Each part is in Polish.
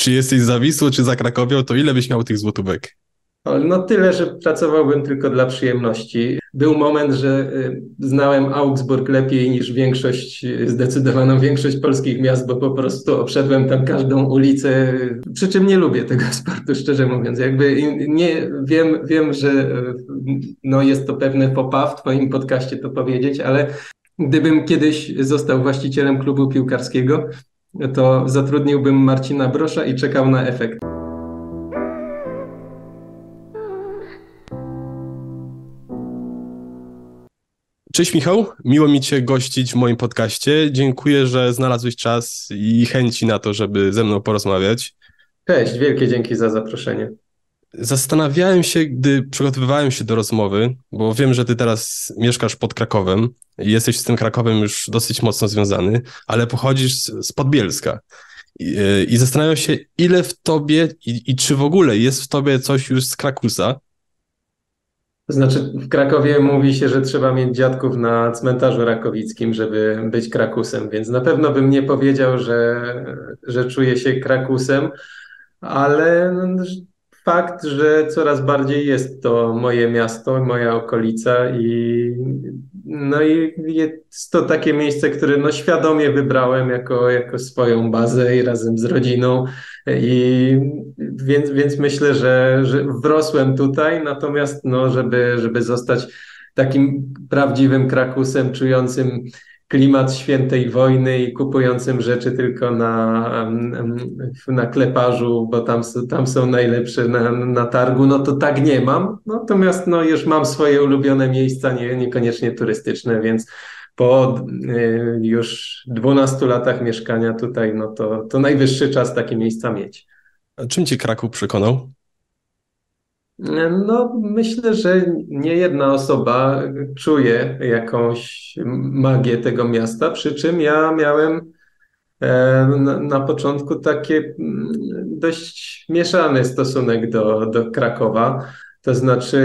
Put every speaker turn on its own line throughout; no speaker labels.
Czy jesteś za Wisłą, czy za Krakowią, to ile byś miał tych złotówek?
No tyle, że pracowałbym tylko dla przyjemności. Był moment, że znałem Augsburg lepiej niż zdecydowaną większość polskich miast, bo po prostu obszedłem tam każdą ulicę, przy czym nie lubię tego sportu, szczerze mówiąc. Nie wiem, że no jest to pewne faux pas w twoim podcaście to powiedzieć, ale gdybym kiedyś został właścicielem klubu piłkarskiego, to zatrudniłbym Marcina Brosza i czekał na efekt.
Cześć Michał, miło mi Cię gościć w moim podcaście. Dziękuję, że znalazłeś czas i chęci na to, żeby ze mną porozmawiać.
Cześć, wielkie dzięki za zaproszenie.
Zastanawiałem się, gdy przygotowywałem się do rozmowy, bo wiem, że Ty teraz mieszkasz pod Krakowem i jesteś z tym Krakowem już dosyć mocno związany, ale pochodzisz z Podbielska. I zastanawiam się, ile w Tobie i czy w ogóle jest w Tobie coś już z Krakusa.
To znaczy, w Krakowie mówi się, że trzeba mieć dziadków na cmentarzu rakowickim, żeby być Krakusem, więc na pewno bym nie powiedział, że czuję się Krakusem, ale fakt, że coraz bardziej jest to moje miasto, moja okolica i jest to takie miejsce, które no świadomie wybrałem jako swoją bazę i razem z rodziną i więc myślę, że wrosłem tutaj, natomiast no, żeby zostać takim prawdziwym Krakusem, czującym klimat świętej wojny i kupującym rzeczy tylko na kleparzu, bo tam są najlepsze na targu, no to tak nie mam. Natomiast no, już mam swoje ulubione miejsca, niekoniecznie turystyczne, więc po już 12 latach mieszkania tutaj, no to najwyższy czas takie miejsca mieć.
A czym Cię Kraków przekonał?
No, myślę, że nie jedna osoba czuje jakąś magię tego miasta, przy czym ja miałem na początku takie dość mieszany stosunek do Krakowa. To znaczy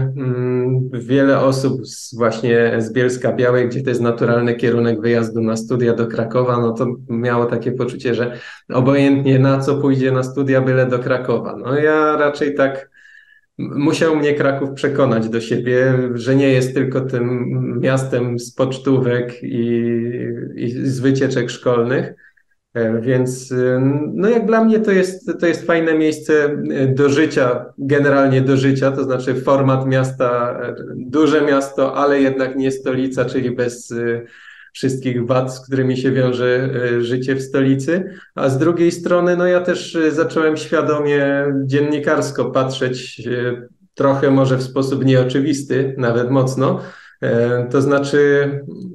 wiele osób właśnie z Bielska-Białej, gdzie to jest naturalny kierunek wyjazdu na studia do Krakowa, no to miało takie poczucie, że obojętnie na co pójdzie na studia, byle do Krakowa. No ja raczej tak musiał mnie Kraków przekonać do siebie, że nie jest tylko tym miastem z pocztówek i z wycieczek szkolnych. Więc no jak dla mnie to jest fajne miejsce do życia, generalnie do życia, to znaczy format miasta, duże miasto, ale jednak nie stolica, czyli bez wszystkich wad, z którymi się wiąże życie w stolicy. A z drugiej strony, no ja też zacząłem świadomie dziennikarsko patrzeć trochę może w sposób nieoczywisty, nawet mocno. To znaczy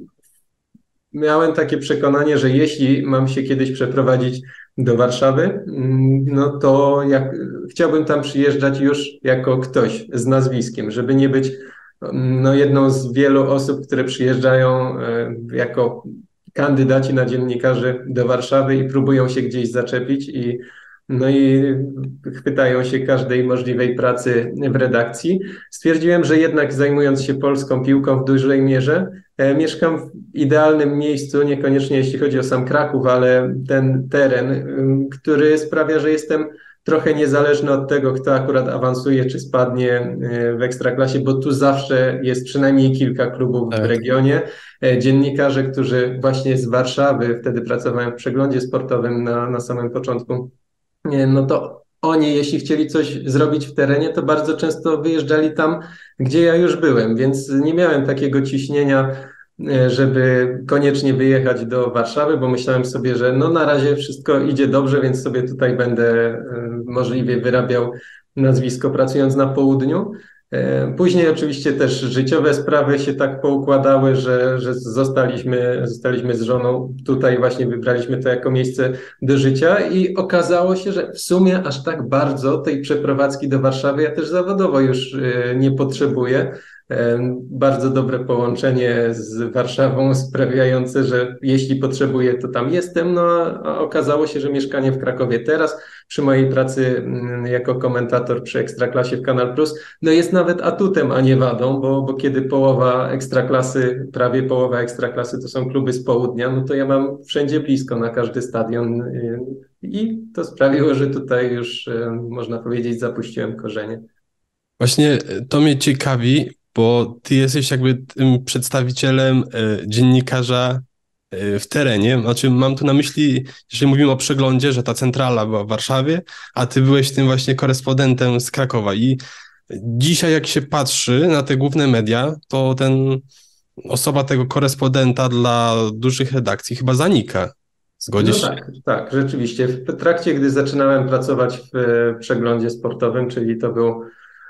miałem takie przekonanie, że jeśli mam się kiedyś przeprowadzić do Warszawy, no to chciałbym tam przyjeżdżać już jako ktoś z nazwiskiem, żeby nie być no, jedną z wielu osób, które przyjeżdżają jako kandydaci na dziennikarzy do Warszawy i próbują się gdzieś zaczepić no i chwytają się każdej możliwej pracy w redakcji. Stwierdziłem, że jednak zajmując się polską piłką w dużej mierze, mieszkam w idealnym miejscu, niekoniecznie jeśli chodzi o sam Kraków, ale ten teren, który sprawia, że jestem trochę niezależny od tego, kto akurat awansuje czy spadnie w Ekstraklasie, bo tu zawsze jest przynajmniej kilka klubów w
Tak.
regionie. Dziennikarze, którzy właśnie z Warszawy, wtedy pracowałem w przeglądzie sportowym na samym początku, no to oni, jeśli chcieli coś zrobić w terenie, to bardzo często wyjeżdżali tam, gdzie ja już byłem, więc nie miałem takiego ciśnienia, żeby koniecznie wyjechać do Warszawy, bo myślałem sobie, że no na razie wszystko idzie dobrze, więc sobie tutaj będę możliwie wyrabiał nazwisko pracując na południu. Później oczywiście też życiowe sprawy się tak poukładały, że zostaliśmy z żoną tutaj, właśnie wybraliśmy to jako miejsce do życia i okazało się, że w sumie aż tak bardzo tej przeprowadzki do Warszawy ja też zawodowo już nie potrzebuję, Bardzo dobre połączenie z Warszawą sprawiające, że jeśli potrzebuję, to tam jestem. No a okazało się, że mieszkanie w Krakowie teraz przy mojej pracy jako komentator przy Ekstraklasie w Kanal Plus, no jest nawet atutem, a nie wadą, bo kiedy połowa Ekstraklasy, prawie połowa Ekstraklasy to są kluby z południa, no to ja mam wszędzie blisko na każdy stadion i to sprawiło, że tutaj już można powiedzieć zapuściłem korzenie.
Właśnie to mnie ciekawi, bo ty jesteś jakby tym przedstawicielem dziennikarza w terenie. Znaczy mam tu na myśli, jeżeli mówimy o przeglądzie, że ta centrala była w Warszawie, a ty byłeś tym właśnie korespondentem z Krakowa. I dzisiaj jak się patrzy na te główne media, to osoba tego korespondenta dla dużych redakcji chyba zanika.
No
Zgodzisz się?
tak, tak, rzeczywiście. W trakcie, gdy zaczynałem pracować w przeglądzie sportowym, czyli to był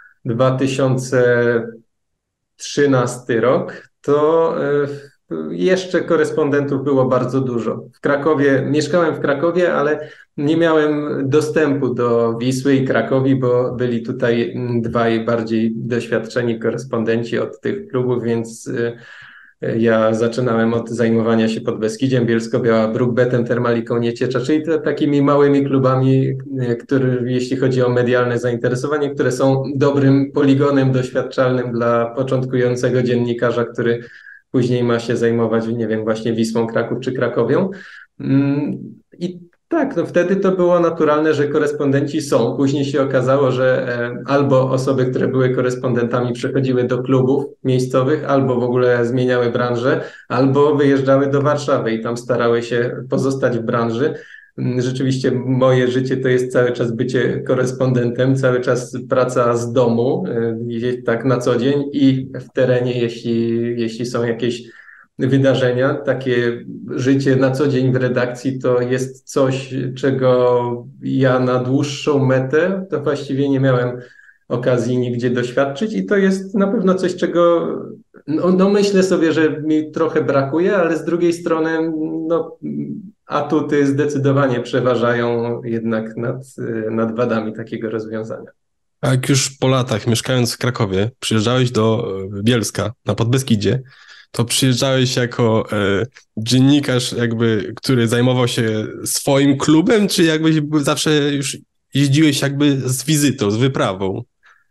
2013 rok, to jeszcze korespondentów było bardzo dużo. W Krakowie, mieszkałem w Krakowie, ale nie miałem dostępu do Wisły i Krakowi, bo byli tutaj dwaj bardziej doświadczeni korespondenci od tych klubów, więc ja zaczynałem od zajmowania się Podbeskidziem, Bielsko-Biała, Brukbetem, Termaliką Nieciecza, czyli takimi małymi klubami, które, jeśli chodzi o medialne zainteresowanie, które są dobrym poligonem doświadczalnym dla początkującego dziennikarza, który później ma się zajmować, nie wiem, właśnie Wisłą Kraków czy Krakowią. I tak, no wtedy to było naturalne, że korespondenci są. Później się okazało, że albo osoby, które były korespondentami, przechodziły do klubów miejscowych, albo w ogóle zmieniały branżę, albo wyjeżdżały do Warszawy i tam starały się pozostać w branży. Rzeczywiście moje życie to jest cały czas bycie korespondentem, cały czas praca z domu, tak na co dzień i w terenie, jeśli są jakieś wydarzenia. Takie życie na co dzień w redakcji to jest coś, czego ja na dłuższą metę to właściwie nie miałem okazji nigdzie doświadczyć i to jest na pewno coś, czego no myślę sobie, że mi trochę brakuje, ale z drugiej strony no, atuty zdecydowanie przeważają jednak nad wadami takiego rozwiązania.
A jak już po latach, mieszkając w Krakowie, przyjeżdżałeś do Bielska na Podbeskidzie, to przyjeżdżałeś jako dziennikarz, jakby, który zajmował się swoim klubem, czy jakbyś zawsze już jeździłeś jakby z wizytą, z wyprawą?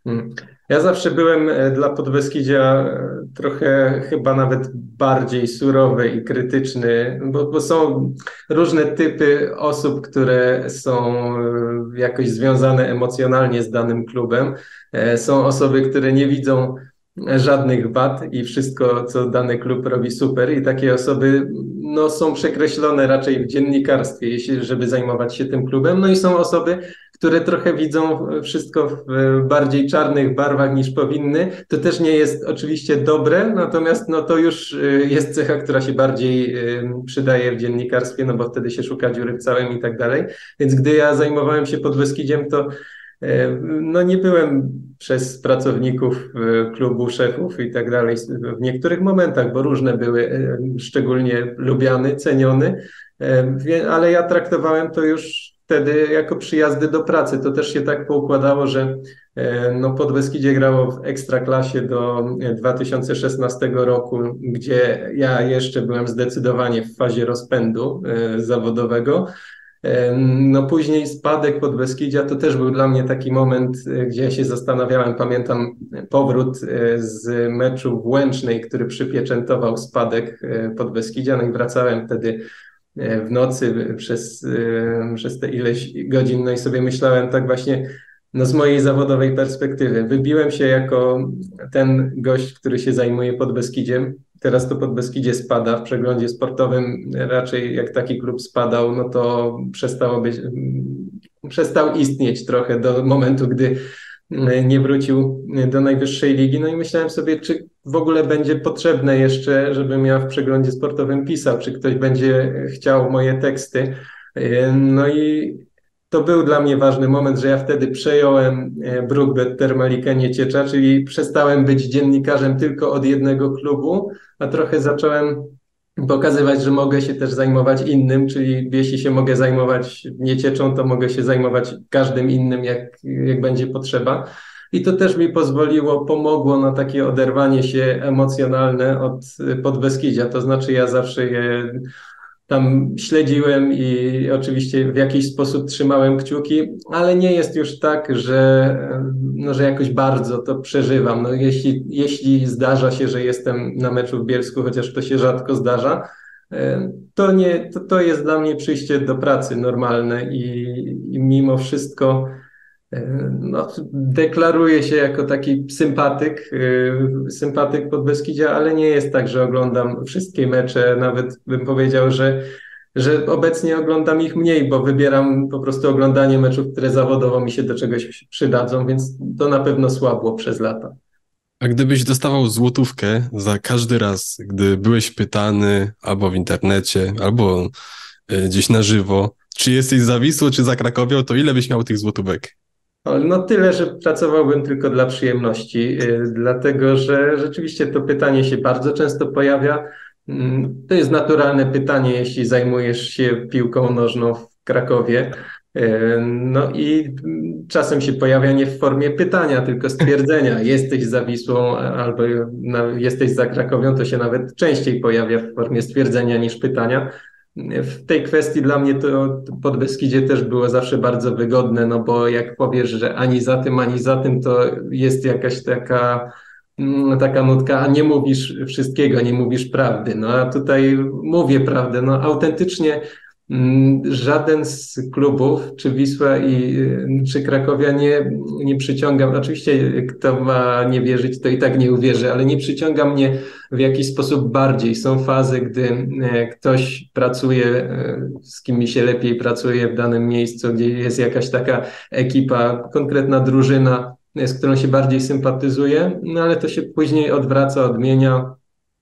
Ja zawsze byłem dla Podbeskidzia trochę chyba nawet bardziej surowy i krytyczny, bo są różne typy osób, które są jakoś związane emocjonalnie z danym klubem. Są osoby, które nie widzą żadnych wad i wszystko, co dany klub robi super i takie osoby no, są przekreślone raczej w dziennikarstwie, żeby zajmować się tym klubem. No i są osoby, które trochę widzą wszystko w bardziej czarnych barwach niż powinny. To też nie jest oczywiście dobre, natomiast no, to już jest cecha, która się bardziej przydaje w dziennikarstwie, no bo wtedy się szuka dziury w całym i tak dalej. Więc gdy ja zajmowałem się Podbeskidziem, to no nie byłem przez pracowników klubu, szefów i tak dalej w niektórych momentach, bo różne były, szczególnie lubiany, ceniony, ale ja traktowałem to już wtedy jako przyjazdy do pracy. To też się tak poukładało, że no Podbeskidzie grało w Ekstraklasie do 2016 roku, gdzie ja jeszcze byłem zdecydowanie w fazie rozpędu zawodowego. No później spadek Podbeskidzia to też był dla mnie taki moment, gdzie ja się zastanawiałem, pamiętam powrót z meczu w Łęcznej, który przypieczętował spadek Podbeskidzia, no i wracałem wtedy w nocy przez te ileś godzin, no i sobie myślałem tak właśnie, no z mojej zawodowej perspektywy, wybiłem się jako ten gość, który się zajmuje Podbeskidziem. Teraz to Podbeskidzie spada w przeglądzie sportowym. Raczej jak taki klub spadał, no to przestał istnieć trochę do momentu, gdy nie wrócił do najwyższej ligi. No i myślałem sobie, czy w ogóle będzie potrzebne jeszcze, żebym ja w przeglądzie sportowym pisał, czy ktoś będzie chciał moje teksty. No i to był dla mnie ważny moment, że ja wtedy przejąłem Brukbet Termalikę Nieciecza, czyli przestałem być dziennikarzem tylko od jednego klubu, a trochę zacząłem pokazywać, że mogę się też zajmować innym, czyli jeśli się mogę zajmować Niecieczą, to mogę się zajmować każdym innym, jak będzie potrzeba. i to też mi pomogło na takie oderwanie się emocjonalne od Podbeskidzia. To znaczy ja zawsze je tam śledziłem i oczywiście w jakiś sposób trzymałem kciuki, ale nie jest już tak, że jakoś bardzo to przeżywam. No, jeśli zdarza się, że jestem na meczu w Bielsku, chociaż to się rzadko zdarza, to nie, to jest dla mnie przyjście do pracy normalne i mimo wszystko no, deklaruję się jako taki sympatyk Podbeskidzia, ale nie jest tak, że oglądam wszystkie mecze, nawet bym powiedział, że obecnie oglądam ich mniej, bo wybieram po prostu oglądanie meczów, które zawodowo mi się do czegoś przydadzą, więc to na pewno słabło przez lata.
A gdybyś dostawał złotówkę za każdy raz, gdy byłeś pytany albo w internecie, albo gdzieś na żywo, czy jesteś za Wisłą, czy za Krakowią, to ile byś miał tych złotówek?
No tyle, że pracowałbym tylko dla przyjemności, dlatego że rzeczywiście to pytanie się bardzo często pojawia. To jest naturalne pytanie, jeśli zajmujesz się piłką nożną w Krakowie. No i czasem się pojawia nie w formie pytania, tylko stwierdzenia. Jesteś za Wisłą albo jesteś za Krakowią, to się nawet częściej pojawia w formie stwierdzenia niż pytania. W tej kwestii dla mnie to Podbeskidzie też było zawsze bardzo wygodne, no bo jak powiesz, że ani za tym, to jest jakaś taka nutka, a nie mówisz wszystkiego, nie mówisz prawdy. No a tutaj mówię prawdę. No autentycznie żaden z klubów, czy Wisła czy Krakowia nie przyciąga. Oczywiście kto ma nie wierzyć, to i tak nie uwierzy, ale nie przyciąga mnie w jakiś sposób bardziej. Są fazy, gdy ktoś pracuje, z kim mi się lepiej pracuje w danym miejscu, gdzie jest jakaś taka ekipa, konkretna drużyna, z którą się bardziej sympatyzuje, no ale to się później odwraca, odmienia.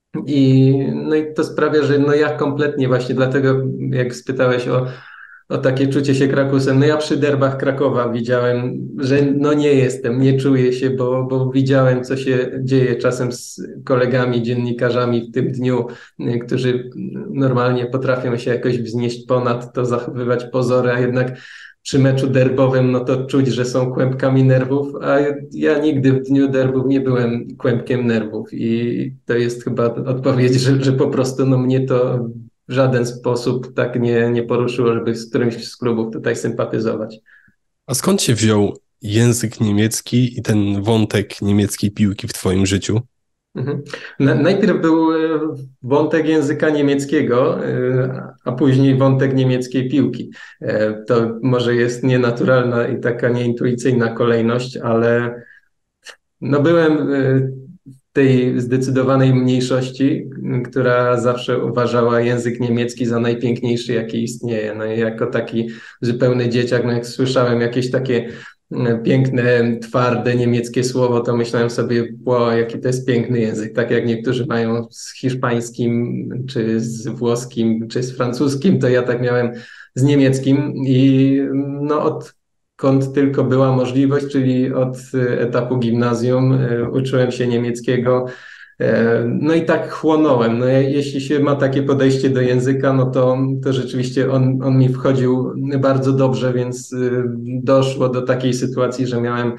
No i to sprawia, że no ja kompletnie właśnie dlatego, jak spytałeś o takie czucie się Krakusem, no ja przy derbach Krakowa widziałem, że no nie czuję się, bo widziałem, co się dzieje czasem z kolegami, dziennikarzami w tym dniu, którzy normalnie potrafią się jakoś wznieść ponad to, zachowywać pozory, a jednak przy meczu derbowym, no to czuć, że są kłębkami nerwów, a ja nigdy w dniu derbów nie byłem kłębkiem nerwów i to jest chyba odpowiedź, że po prostu no mnie to w żaden sposób tak nie poruszyło, żeby z którymś z klubów tutaj sympatyzować.
A skąd się wziął język niemiecki i ten wątek niemieckiej piłki w twoim życiu?
Mhm. Najpierw był wątek języka niemieckiego, a później wątek niemieckiej piłki. To może jest nienaturalna i taka nieintuicyjna kolejność, ale no byłem w tej zdecydowanej mniejszości, która zawsze uważała język niemiecki za najpiękniejszy, jaki istnieje. No i jako taki zupełny dzieciak, no jak słyszałem jakieś takie piękne, twarde niemieckie słowo, to myślałem sobie, wow, jaki to jest piękny język, tak jak niektórzy mają z hiszpańskim, czy z włoskim, czy z francuskim, to ja tak miałem z niemieckim i no odkąd tylko była możliwość, czyli od etapu gimnazjum, uczyłem się niemieckiego. No i tak chłonąłem. No, jeśli się ma takie podejście do języka, no to rzeczywiście on mi wchodził bardzo dobrze, więc doszło do takiej sytuacji, że miałem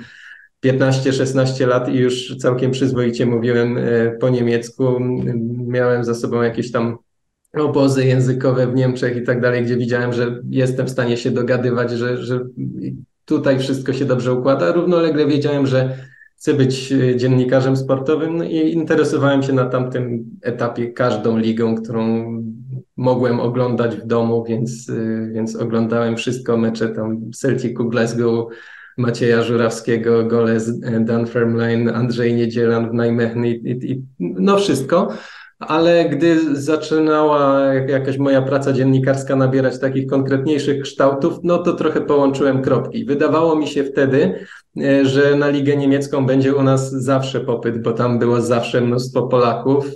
15-16 lat i już całkiem przyzwoicie mówiłem po niemiecku. Miałem za sobą jakieś tam obozy językowe w Niemczech i tak dalej, gdzie widziałem, że jestem w stanie się dogadywać, że tutaj wszystko się dobrze układa. Równolegle wiedziałem, że chcę być dziennikarzem sportowym, no i interesowałem się na tamtym etapie każdą ligą, którą mogłem oglądać w domu, więc oglądałem wszystko, mecze tam Celticu Glasgow, Macieja Żurawskiego, gole z Dunfermline, Andrzej Niedzielan w Nijmegen i no wszystko. Ale gdy zaczynała jakaś moja praca dziennikarska nabierać takich konkretniejszych kształtów, no to trochę połączyłem kropki. Wydawało mi się wtedy, że na ligę niemiecką będzie u nas zawsze popyt, bo tam było zawsze mnóstwo Polaków,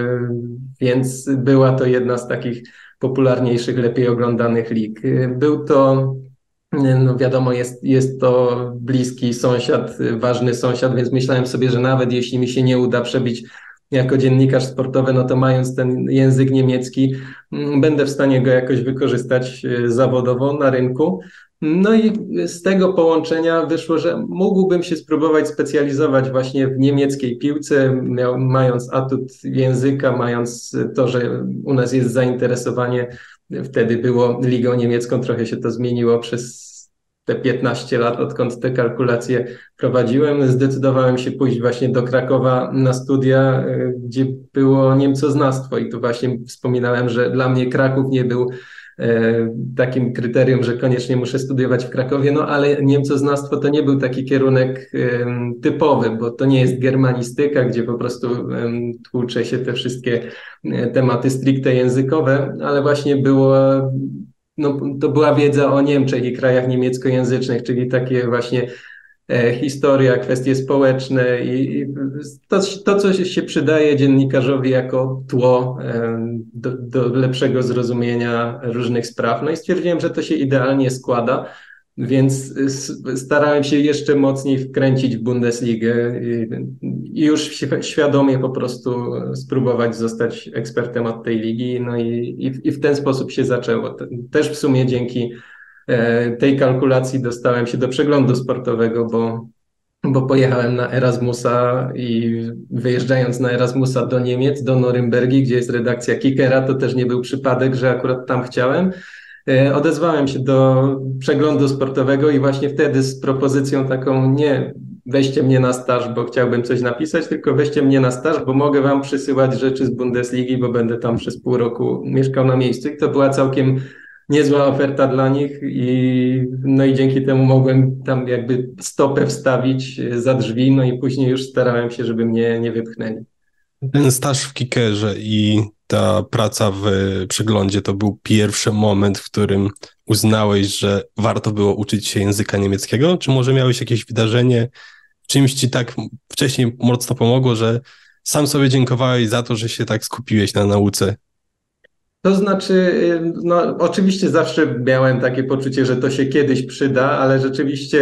więc była to jedna z takich popularniejszych, lepiej oglądanych lig. Był to, no wiadomo, jest to bliski sąsiad, ważny sąsiad, więc myślałem sobie, że nawet jeśli mi się nie uda przebić jako dziennikarz sportowy, no to mając ten język niemiecki, będę w stanie go jakoś wykorzystać zawodowo na rynku. No i z tego połączenia wyszło, że mógłbym się spróbować specjalizować właśnie w niemieckiej piłce, mając atut języka, mając to, że u nas jest zainteresowanie. Wtedy było Ligą Niemiecką, trochę się to zmieniło przez te 15 lat, odkąd te kalkulacje prowadziłem. Zdecydowałem się pójść właśnie do Krakowa na studia, gdzie było niemcoznawstwo i tu właśnie wspominałem, że dla mnie Kraków nie był takim kryterium, że koniecznie muszę studiować w Krakowie, no ale niemcoznawstwo to nie był taki kierunek typowy, bo to nie jest germanistyka, gdzie po prostu tłucze się te wszystkie tematy stricte językowe, ale właśnie to była wiedza o Niemczech i krajach niemieckojęzycznych, czyli takie właśnie historia, kwestie społeczne i to, co się przydaje dziennikarzowi jako tło do lepszego zrozumienia różnych spraw. No i stwierdziłem, że to się idealnie składa, więc starałem się jeszcze mocniej wkręcić w Bundesligę i już świadomie po prostu spróbować zostać ekspertem od tej ligi. No i w ten sposób się zaczęło. Też w sumie dzięki tej kalkulacji dostałem się do przeglądu sportowego, bo pojechałem na Erasmusa i wyjeżdżając na Erasmusa do Niemiec, do Norymbergi, gdzie jest redakcja Kickera, to też nie był przypadek, że akurat tam chciałem. Odezwałem się do przeglądu sportowego i właśnie wtedy z propozycją taką nie weźcie mnie na staż, bo chciałbym coś napisać, tylko weźcie mnie na staż, bo mogę wam przysyłać rzeczy z Bundesligi, bo będę tam przez pół roku mieszkał na miejscu i to była całkiem niezła oferta dla nich no i dzięki temu mogłem tam jakby stopę wstawić za drzwi, no i później już starałem się, żeby mnie nie wypchnęli.
Ten staż w Kickerze i ta praca w przeglądzie to był pierwszy moment, w którym uznałeś, że warto było uczyć się języka niemieckiego? Czy może miałeś jakieś wydarzenie, czymś ci tak wcześniej mocno pomogło, że sam sobie dziękowałeś za to, że się tak skupiłeś na nauce?
To znaczy, no oczywiście zawsze miałem takie poczucie, że to się kiedyś przyda, ale rzeczywiście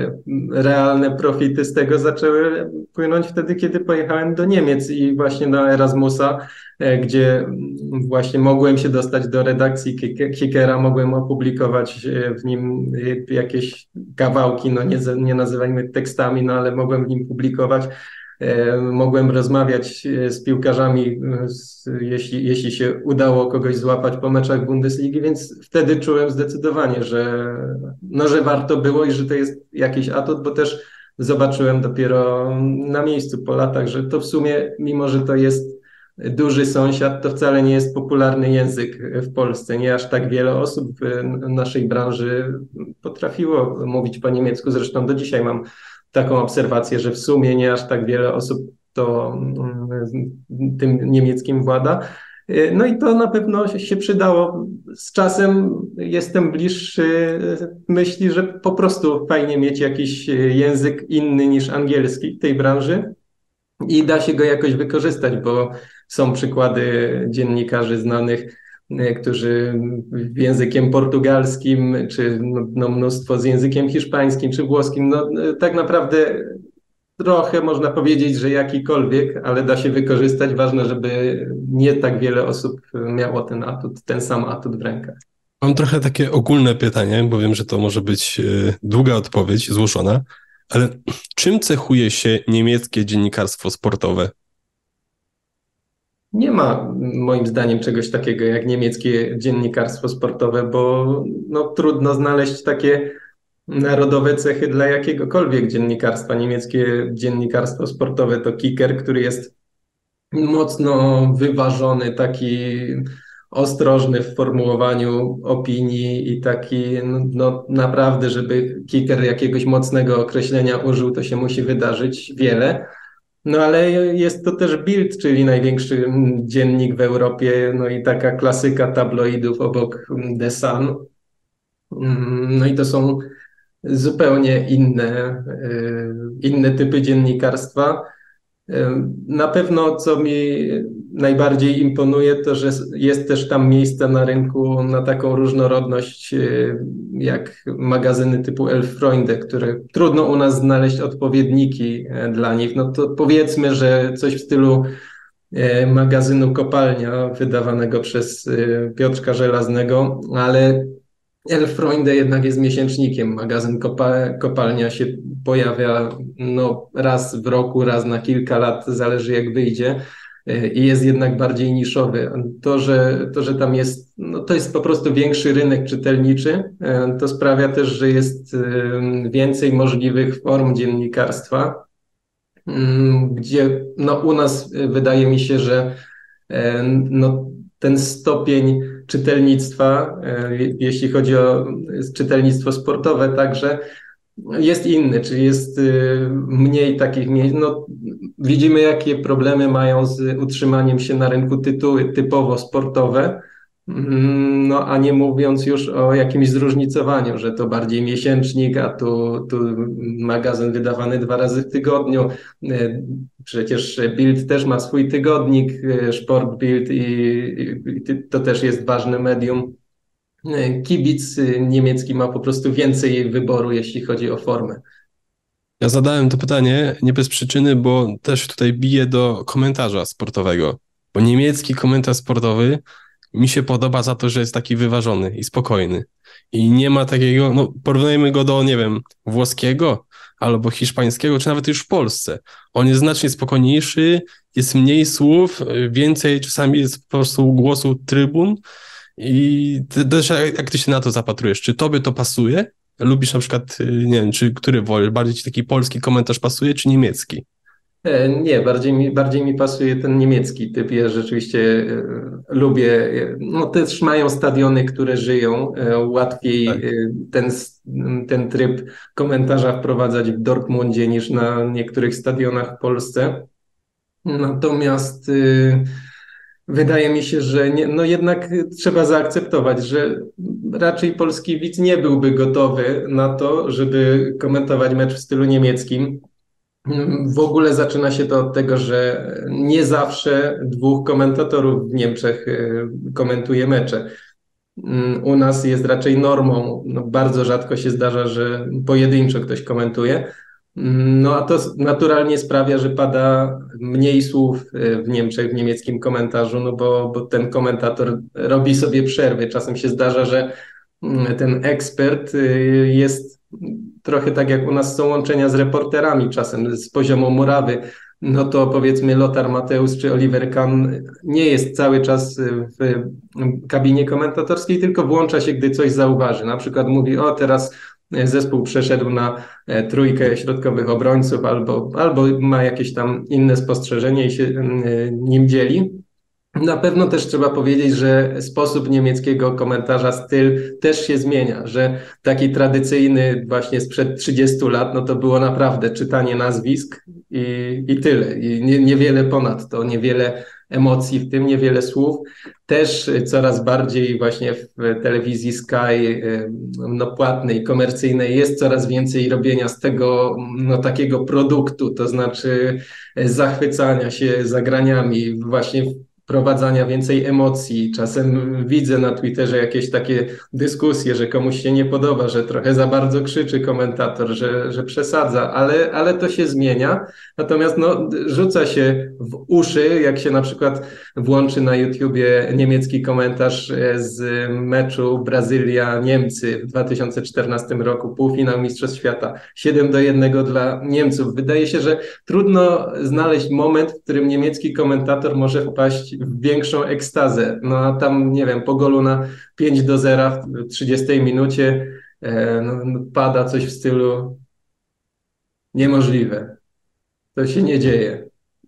realne profity z tego zaczęły płynąć wtedy, kiedy pojechałem do Niemiec i właśnie na Erasmusa, gdzie właśnie mogłem się dostać do redakcji Kickera, mogłem opublikować w nim jakieś kawałki, no nie nazywajmy tekstami, no ale mogłem w nim publikować. Mogłem rozmawiać z piłkarzami, jeśli się udało kogoś złapać po meczach Bundesligi, więc wtedy czułem zdecydowanie, że warto było i że to jest jakiś atut, bo też zobaczyłem dopiero na miejscu po latach, że to w sumie, mimo że to jest duży sąsiad, to wcale nie jest popularny język w Polsce. Nie aż tak wiele osób w naszej branży potrafiło mówić po niemiecku, zresztą do dzisiaj mam taką obserwację, że w sumie nie aż tak wiele osób to tym niemieckim włada. No i to na pewno się przydało. Z czasem jestem bliższy myśli, że po prostu fajnie mieć jakiś język inny niż angielski w tej branży i da się go jakoś wykorzystać, bo są przykłady dziennikarzy znanych, którzy językiem portugalskim, czy mnóstwo z językiem hiszpańskim, czy włoskim, tak naprawdę trochę można powiedzieć, że jakikolwiek, ale da się wykorzystać. Ważne, żeby nie tak wiele osób miało ten sam atut w rękach.
Mam trochę takie ogólne pytanie, bo wiem, że to może być długa odpowiedź, złożona, ale czym cechuje się niemieckie dziennikarstwo sportowe?
Nie ma moim zdaniem czegoś takiego jak niemieckie dziennikarstwo sportowe, bo trudno znaleźć takie narodowe cechy dla jakiegokolwiek dziennikarstwa. Niemieckie dziennikarstwo sportowe to Kicker, który jest mocno wyważony, taki ostrożny w formułowaniu opinii i taki naprawdę, żeby Kicker jakiegoś mocnego określenia użył, to się musi wydarzyć wiele. No ale jest to też Bild, czyli największy dziennik w Europie, no i taka klasyka tabloidów obok The Sun. No i to są zupełnie inne typy dziennikarstwa. Na pewno, co mi najbardziej imponuje, to że jest też tam miejsce na rynku na taką różnorodność jak magazyny typu Elf Freunde, które trudno u nas znaleźć odpowiedniki dla nich. No to powiedzmy, że coś w stylu magazynu Kopalnia, wydawanego przez Piotrka Żelaznego, ale Elfreunde jednak jest miesięcznikiem. Magazyn Kopalnia się pojawia no, raz w roku, raz na kilka lat, zależy jak wyjdzie. I jest jednak bardziej niszowy. To, że tam jest, no to jest po prostu większy rynek czytelniczy. To sprawia też, że jest więcej możliwych form dziennikarstwa, gdzie no, u nas wydaje mi się, że no, ten stopień czytelnictwa, jeśli chodzi o czytelnictwo sportowe także, jest inny, czyli jest mniej takich miejsc. No, widzimy, jakie problemy mają z utrzymaniem się na rynku tytuły typowo sportowe, no a nie mówiąc już o jakimś zróżnicowaniu, że to bardziej miesięcznik, a tu magazyn wydawany 2 razy w tygodniu. Przecież Bild też ma swój tygodnik, Sport Bild i to też jest ważne medium. Kibic niemiecki ma po prostu więcej wyboru, jeśli chodzi o formę.
Ja zadałem to pytanie nie bez przyczyny, bo też tutaj biję do komentarza sportowego, bo niemiecki komentarz sportowy mi się podoba za to, że jest taki wyważony i spokojny. I nie ma takiego, no porównajmy go do, nie wiem, włoskiego albo hiszpańskiego, czy nawet już w Polsce. On jest znacznie spokojniejszy, jest mniej słów, więcej czasami jest po prostu głosu trybun. I też jak ty się na to zapatrujesz? Czy tobie to pasuje? Lubisz na przykład, nie wiem, czy który wolisz? Bardziej ci taki polski komentarz pasuje, czy niemiecki?
Nie, bardziej mi pasuje ten niemiecki typ. Ja rzeczywiście lubię. No też mają stadiony, które żyją. Łatwiej
Tak.
ten tryb komentarza wprowadzać w Dortmundzie niż na niektórych stadionach w Polsce. Natomiast wydaje mi się, że nie, no jednak trzeba zaakceptować, że raczej polski widz nie byłby gotowy na to, żeby komentować mecz w stylu niemieckim. W ogóle zaczyna się to od tego, że nie zawsze 2 komentatorów w Niemczech komentuje mecze. U nas jest raczej normą. No, bardzo rzadko się zdarza, że pojedynczo ktoś komentuje. No a to naturalnie sprawia, że pada mniej słów w Niemczech, w niemieckim komentarzu, no bo ten komentator robi sobie przerwy. Czasem się zdarza, że ten ekspert jest trochę tak jak u nas są łączenia z reporterami czasem z poziomu murawy. No to powiedzmy Lothar Matthäus czy Oliver Kahn nie jest cały czas w kabinie komentatorskiej, tylko włącza się, gdy coś zauważy. Na przykład mówi, o teraz zespół przeszedł na trójkę środkowych obrońców albo ma jakieś tam inne spostrzeżenie i się nim dzieli. Na pewno też trzeba powiedzieć, że sposób niemieckiego komentarza, styl też się zmienia, że taki tradycyjny właśnie sprzed 30 lat, no to było naprawdę czytanie nazwisk i tyle. I niewiele ponad to, niewiele emocji w tym, niewiele słów. Też coraz bardziej właśnie w telewizji Sky, no płatnej, komercyjnej jest coraz więcej robienia z tego no takiego produktu, to znaczy zachwycania się zagraniami, właśnie wprowadzania więcej emocji. Czasem widzę na Twitterze jakieś takie dyskusje, że komuś się nie podoba, że trochę za bardzo krzyczy komentator, że przesadza, ale to się zmienia. Natomiast no, rzuca się w uszy, jak się na przykład włączy na YouTubie niemiecki komentarz z meczu Brazylia-Niemcy w 2014 roku, półfinał Mistrzostw Świata, 7-1 dla Niemców. Wydaje się, że trudno znaleźć moment, w którym niemiecki komentator może wpaść w większą ekstazę. No a tam, nie wiem, po golu na 5-0 w 30 minucie no, pada coś w stylu niemożliwe. To się nie dzieje.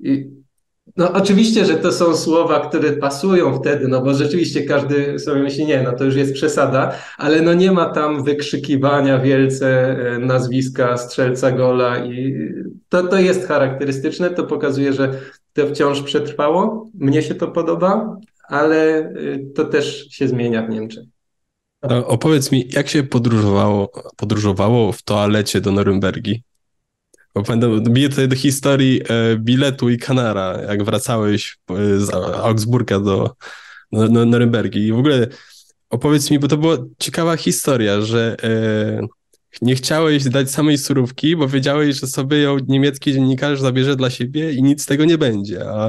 No oczywiście, że to są słowa, które pasują wtedy, no bo rzeczywiście każdy sobie myśli, nie, no to już jest przesada, ale no nie ma tam wykrzykiwania wielce nazwiska strzelca gola i to jest charakterystyczne, to pokazuje, że to wciąż przetrwało. Mnie się to podoba, ale to też się zmienia w Niemczech.
A opowiedz mi, jak się podróżowało w toalecie do Norymbergi? Bo pamiętam, biję tutaj do historii biletu i kanara, jak wracałeś z Augsburga do Norymbergi. I w ogóle opowiedz mi, bo to była ciekawa historia, że nie chciałeś dać samej surówki, bo wiedziałeś, że sobie ją niemiecki dziennikarz zabierze dla siebie i nic z tego nie będzie. A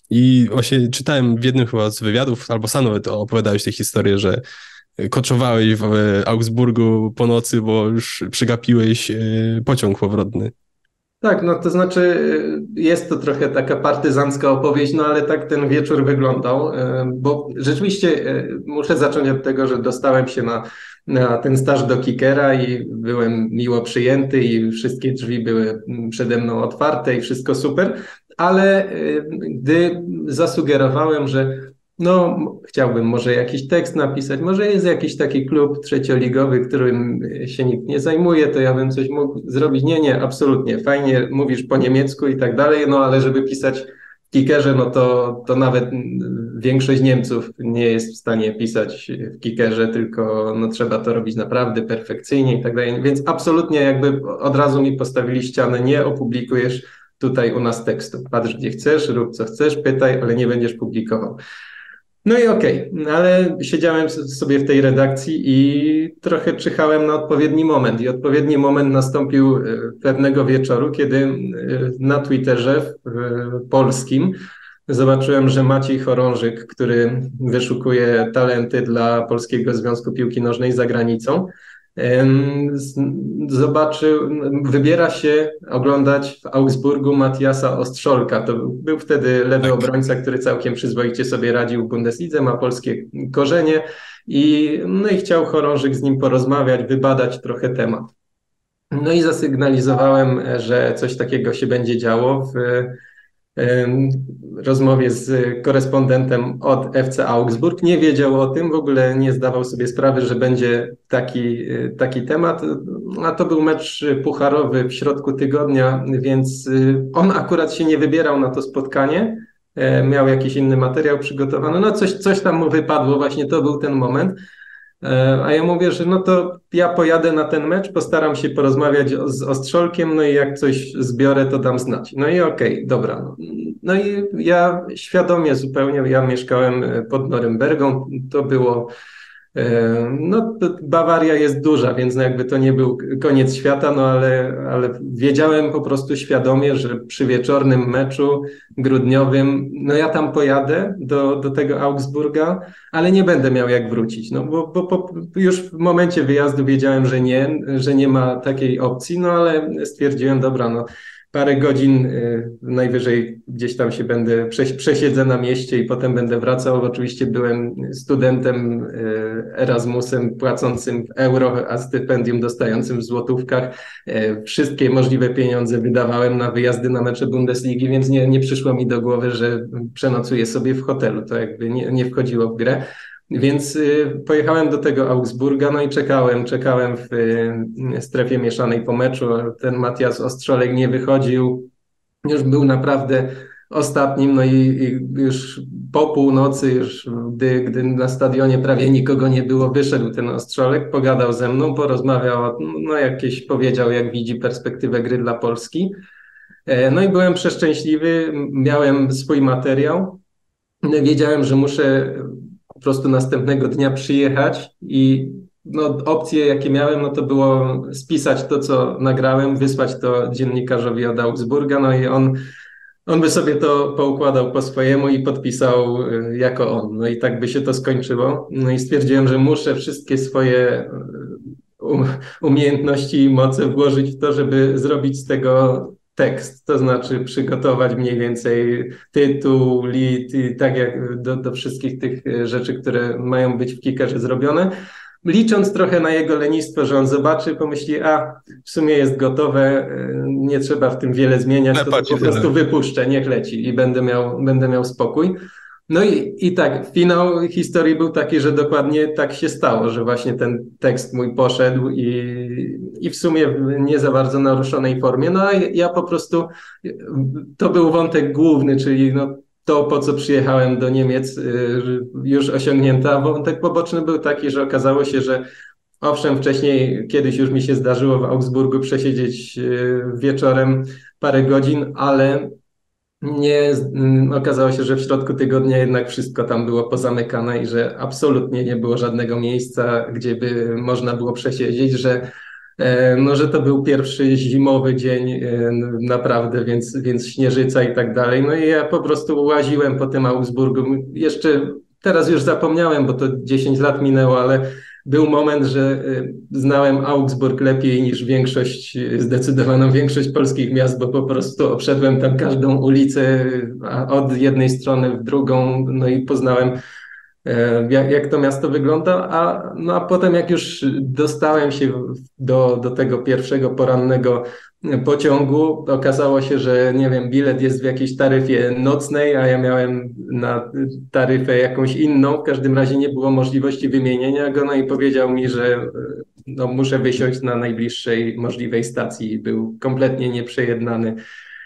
I właśnie czytałem w jednym chyba z wywiadów, albo sam nawet opowiadałeś tę historię, że koczowałeś w Augsburgu po nocy, bo już przegapiłeś pociąg powrotny.
Tak, no to znaczy jest to trochę taka partyzancka opowieść, no ale tak ten wieczór wyglądał, bo rzeczywiście muszę zacząć od tego, że dostałem się na ten staż do kickera i byłem miło przyjęty i wszystkie drzwi były przede mną otwarte i wszystko super, ale gdy zasugerowałem, że no, chciałbym może jakiś tekst napisać, może jest jakiś taki klub trzecioligowy, którym się nikt nie zajmuje, to ja bym coś mógł zrobić. Nie, absolutnie, fajnie mówisz po niemiecku i tak dalej, no ale żeby pisać w kickerze, no to nawet większość Niemców nie jest w stanie pisać w kickerze, tylko no trzeba to robić naprawdę perfekcyjnie i tak dalej, więc absolutnie jakby od razu mi postawili ścianę, nie opublikujesz tutaj u nas tekstu. Patrz gdzie chcesz, rób co chcesz, pytaj, ale nie będziesz publikował. No i okej, ale siedziałem sobie w tej redakcji i trochę czyhałem na odpowiedni moment. I odpowiedni moment nastąpił pewnego wieczoru, kiedy na Twitterze polskim zobaczyłem, że Maciej Chorążyk, który wyszukuje talenty dla Polskiego Związku Piłki Nożnej za granicą, wybiera się oglądać w Augsburgu Matiasa Ostrzolka. To był wtedy lewy obrońca, który całkiem przyzwoicie sobie radził w Bundeslidze, ma polskie korzenie no i chciał Chorążyk z nim porozmawiać, wybadać trochę temat. No i zasygnalizowałem, że coś takiego się będzie działo w rozmowie z korespondentem od FC Augsburg. Nie wiedział o tym, w ogóle nie zdawał sobie sprawy, że będzie taki temat, a to był mecz pucharowy w środku tygodnia, więc on akurat się nie wybierał na to spotkanie, miał jakiś inny materiał przygotowany, no coś tam mu wypadło, właśnie to był ten moment. A ja mówię, że no to ja pojadę na ten mecz, postaram się porozmawiać z Ostrzolkiem, no i jak coś zbiorę, to dam znać. No i okej, dobra. No i ja świadomie zupełnie, ja mieszkałem pod Norymbergą, to było, no Bawaria jest duża, więc no jakby to nie był koniec świata, no ale wiedziałem po prostu świadomie, że przy wieczornym meczu grudniowym, no ja tam pojadę do tego Augsburga, ale nie będę miał jak wrócić, no bo już w momencie wyjazdu wiedziałem, że nie ma takiej opcji, no ale stwierdziłem, dobra, no parę godzin najwyżej gdzieś tam się przesiedzę na mieście i potem będę wracał. Oczywiście byłem studentem Erasmusem płacącym w euro, a stypendium dostającym w złotówkach. Wszystkie możliwe pieniądze wydawałem na wyjazdy na mecze Bundesligi, więc nie przyszło mi do głowy, że przenocuję sobie w hotelu. To jakby nie wchodziło w grę. Więc pojechałem do tego Augsburga, no i czekałem w strefie mieszanej po meczu. Ten Matias Ostrzolek nie wychodził, już był naprawdę ostatnim, no i już po północy, już gdy na stadionie prawie nikogo nie było, wyszedł ten Ostrzolek, pogadał ze mną, porozmawiał, no jakieś powiedział, jak widzi perspektywę gry dla Polski. No i byłem przeszczęśliwy, miałem swój materiał, wiedziałem, że muszę po prostu następnego dnia przyjechać i no, opcje, jakie miałem, no to było spisać to, co nagrałem, wysłać to dziennikarzowi od Augsburga, no i on by sobie to poukładał po swojemu i podpisał jako on. No i tak by się to skończyło. No i stwierdziłem, że muszę wszystkie swoje umiejętności i moce włożyć w to, żeby zrobić z tego tekst, to znaczy przygotować mniej więcej tytuł, lead i tak jak do wszystkich tych rzeczy, które mają być w kickerze zrobione. Licząc trochę na jego lenistwo, że on zobaczy, pomyśli, w sumie jest gotowe, nie trzeba w tym wiele zmieniać, to po prostu wypuszczę, niech leci i będę miał spokój. No i tak, finał historii był taki, że dokładnie tak się stało, że właśnie ten tekst mój poszedł i w sumie w nie za bardzo naruszonej formie. No a ja po prostu, to był wątek główny, czyli no to, po co przyjechałem do Niemiec, już osiągnięta. A wątek poboczny był taki, że okazało się, że owszem, wcześniej kiedyś już mi się zdarzyło w Augsburgu przesiedzieć wieczorem parę godzin, ale okazało się, że w środku tygodnia jednak wszystko tam było pozamykane i że absolutnie nie było żadnego miejsca, gdzie by można było przesiedzieć, że No, że to był pierwszy zimowy dzień naprawdę, więc śnieżyca i tak dalej. No i ja po prostu łaziłem po tym Augsburgu. Jeszcze teraz już zapomniałem, bo to 10 lat minęło, ale był moment, że znałem Augsburg lepiej niż zdecydowaną większość polskich miast, bo po prostu obszedłem tam każdą ulicę od jednej strony w drugą, no i poznałem jak to miasto wygląda, a potem jak już dostałem się do tego pierwszego porannego pociągu, okazało się, że nie wiem, bilet jest w jakiejś taryfie nocnej, a ja miałem na taryfę jakąś inną. W każdym razie nie było możliwości wymienienia go, no i powiedział mi, że no, muszę wysiąść na najbliższej możliwej stacji. Był kompletnie nieprzejednany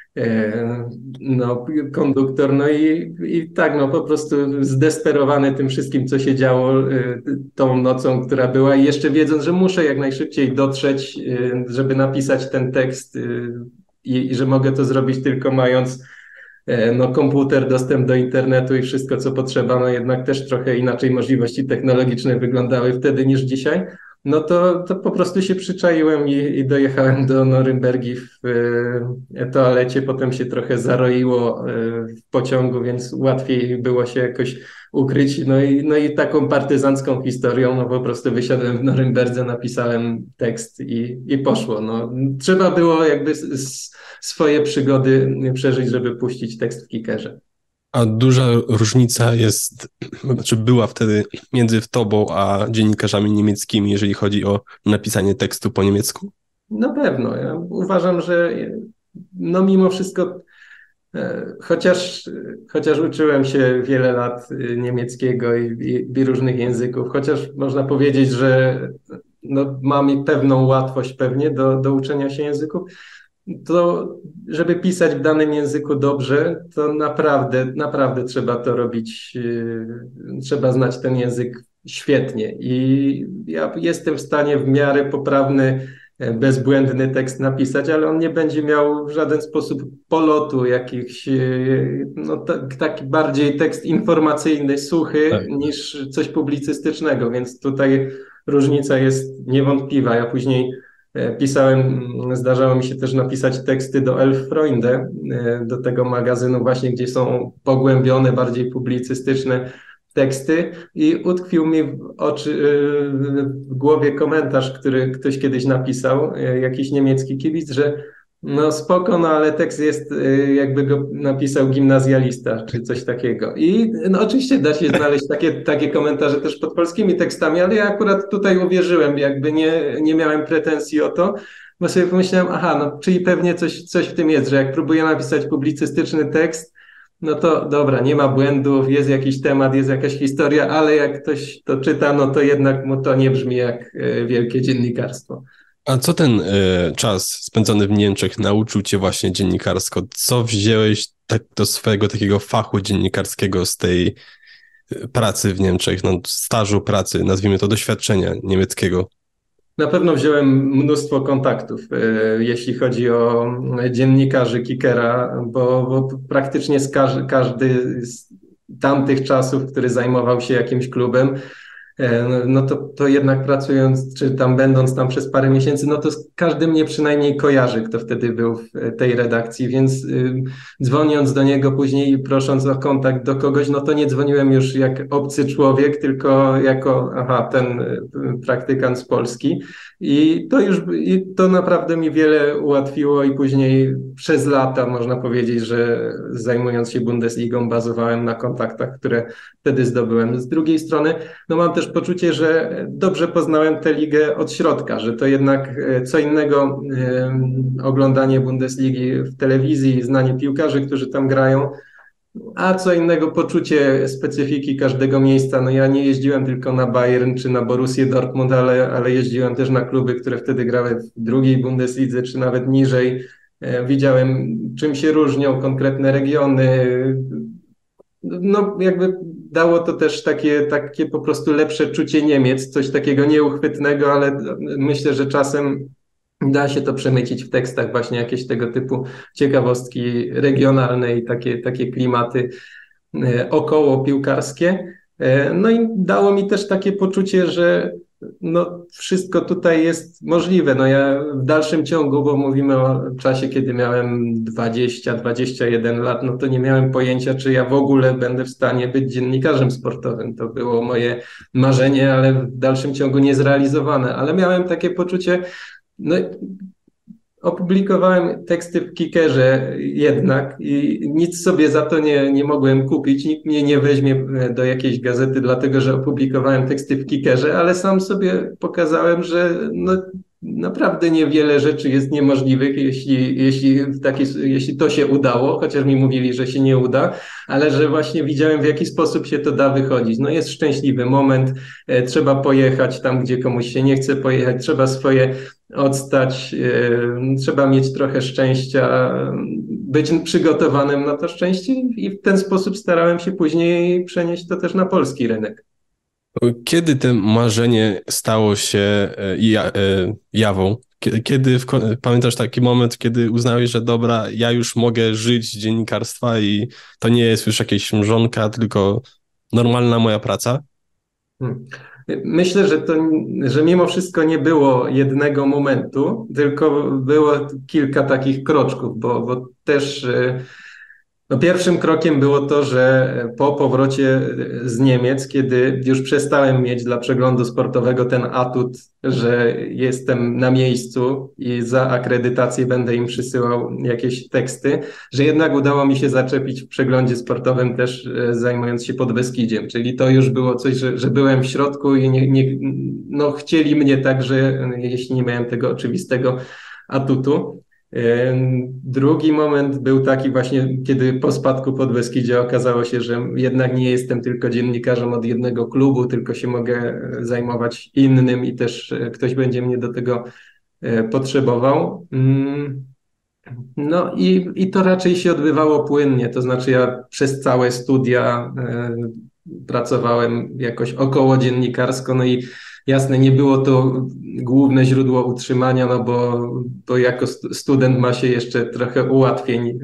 no, konduktor, no i tak, no po prostu zdesperowany tym wszystkim, co się działo tą nocą, która była i jeszcze wiedząc, że muszę jak najszybciej dotrzeć, żeby napisać ten tekst i że mogę to zrobić tylko mając no, komputer, dostęp do internetu i wszystko, co potrzeba, no jednak też trochę inaczej możliwości technologiczne wyglądały wtedy niż dzisiaj. No to po prostu się przyczaiłem i dojechałem do Norymbergi w toalecie, potem się trochę zaroiło w pociągu, więc łatwiej było się jakoś ukryć. No i taką partyzancką historią, no po prostu wysiadłem w Norymberdze, napisałem tekst i poszło. No, trzeba było jakby swoje przygody przeżyć, żeby puścić tekst w Kickerze.
A duża różnica jest, znaczy była wtedy między tobą a dziennikarzami niemieckimi, jeżeli chodzi o napisanie tekstu po niemiecku?
Na pewno. Ja uważam, że no mimo wszystko, chociaż uczyłem się wiele lat niemieckiego i różnych języków, chociaż można powiedzieć, że no, mam pewną łatwość pewnie do uczenia się języków, to żeby pisać w danym języku dobrze, to naprawdę trzeba to robić, trzeba znać ten język świetnie. I ja jestem w stanie w miarę poprawny, bezbłędny tekst napisać, ale on nie będzie miał w żaden sposób polotu jakichś, no taki bardziej tekst informacyjny, suchy,
Tak.
niż coś publicystycznego, więc tutaj różnica jest niewątpliwa. Ja później zdarzało mi się też napisać teksty do Elf Freunde, do tego magazynu właśnie, gdzie są pogłębione, bardziej publicystyczne teksty i utkwił mi w głowie komentarz, który ktoś kiedyś napisał, jakiś niemiecki kibic, że no spoko, no ale tekst jest jakby go napisał gimnazjalista, czy coś takiego. I no, oczywiście da się znaleźć takie komentarze też pod polskimi tekstami, ale ja akurat tutaj uwierzyłem, jakby nie miałem pretensji o to, bo sobie pomyślałem, aha, no czyli pewnie coś w tym jest, że jak próbuję napisać publicystyczny tekst, no to dobra, nie ma błędów, jest jakiś temat, jest jakaś historia, ale jak ktoś to czyta, no to jednak mu to nie brzmi jak wielkie dziennikarstwo.
A co ten czas spędzony w Niemczech nauczył cię właśnie dziennikarsko? Co wziąłeś tak do swojego takiego fachu dziennikarskiego z tej pracy w Niemczech, no, stażu pracy, nazwijmy to doświadczenia niemieckiego?
Na pewno wziąłem mnóstwo kontaktów, jeśli chodzi o dziennikarzy Kickera, bo praktycznie każdy z tamtych czasów, który zajmował się jakimś klubem, no to jednak pracując, czy tam będąc tam przez parę miesięcy, no to każdy mnie przynajmniej kojarzy, kto wtedy był w tej redakcji, więc dzwoniąc do niego później i prosząc o kontakt do kogoś, no to nie dzwoniłem już jak obcy człowiek, tylko jako ten praktykant z Polski i to naprawdę mi wiele ułatwiło i później przez lata można powiedzieć, że zajmując się Bundesligą bazowałem na kontaktach, które wtedy zdobyłem. Z drugiej strony, no mam też poczucie, że dobrze poznałem tę ligę od środka, że to jednak co innego oglądanie Bundesligi w telewizji, znanie piłkarzy, którzy tam grają, a co innego poczucie specyfiki każdego miejsca. No ja nie jeździłem tylko na Bayern czy na Borussię Dortmund, ale jeździłem też na kluby, które wtedy grały w drugiej Bundeslidze czy nawet niżej. Widziałem, czym się różnią konkretne regiony. No jakby dało to też takie po prostu lepsze czucie Niemiec, coś takiego nieuchwytnego, ale myślę, że czasem da się to przemycić w tekstach, właśnie jakieś tego typu ciekawostki regionalne i takie klimaty około piłkarskie. No i dało mi też takie poczucie, że no, wszystko tutaj jest możliwe. No ja w dalszym ciągu, bo mówimy o czasie, kiedy miałem 20-21 lat, no to nie miałem pojęcia, czy ja w ogóle będę w stanie być dziennikarzem sportowym. To było moje marzenie, ale w dalszym ciągu niezrealizowane. Ale miałem takie poczucie, no opublikowałem teksty w Kickerze jednak i nic sobie za to nie mogłem kupić. Nikt mnie nie weźmie do jakiejś gazety, dlatego że opublikowałem teksty w Kickerze, ale sam sobie pokazałem, że no, naprawdę niewiele rzeczy jest niemożliwych, jeśli to się udało, chociaż mi mówili, że się nie uda, ale że właśnie widziałem, w jaki sposób się to da wychodzić. No jest szczęśliwy moment, trzeba pojechać tam, gdzie komuś się nie chce pojechać, trzeba swoje odstać, trzeba mieć trochę szczęścia, być przygotowanym na to szczęście i w ten sposób starałem się później przenieść to też na polski rynek.
Kiedy to marzenie stało się jawą? Pamiętasz taki moment, kiedy uznałeś, że dobra, ja już mogę żyć z dziennikarstwa i to nie jest już jakieś mrzonka, tylko normalna moja praca?
Myślę, że mimo wszystko nie było jednego momentu, tylko było kilka takich kroczków, bo też no pierwszym krokiem było to, że po powrocie z Niemiec, kiedy już przestałem mieć dla przeglądu sportowego ten atut, że jestem na miejscu i za akredytację będę im przysyłał jakieś teksty, że jednak udało mi się zaczepić w przeglądzie sportowym też zajmując się Podbeskidziem, czyli to już było coś, że byłem w środku i no, chcieli mnie także, jeśli nie miałem tego oczywistego atutu. Drugi moment był taki właśnie, kiedy po spadku Podbeskidzia okazało się, że jednak nie jestem tylko dziennikarzem od jednego klubu, tylko się mogę zajmować innym i też ktoś będzie mnie do tego potrzebował. No i to raczej się odbywało płynnie, to znaczy ja przez całe studia pracowałem jakoś około dziennikarsko, no i jasne, nie było to główne źródło utrzymania, no bo jako student ma się jeszcze trochę ułatwień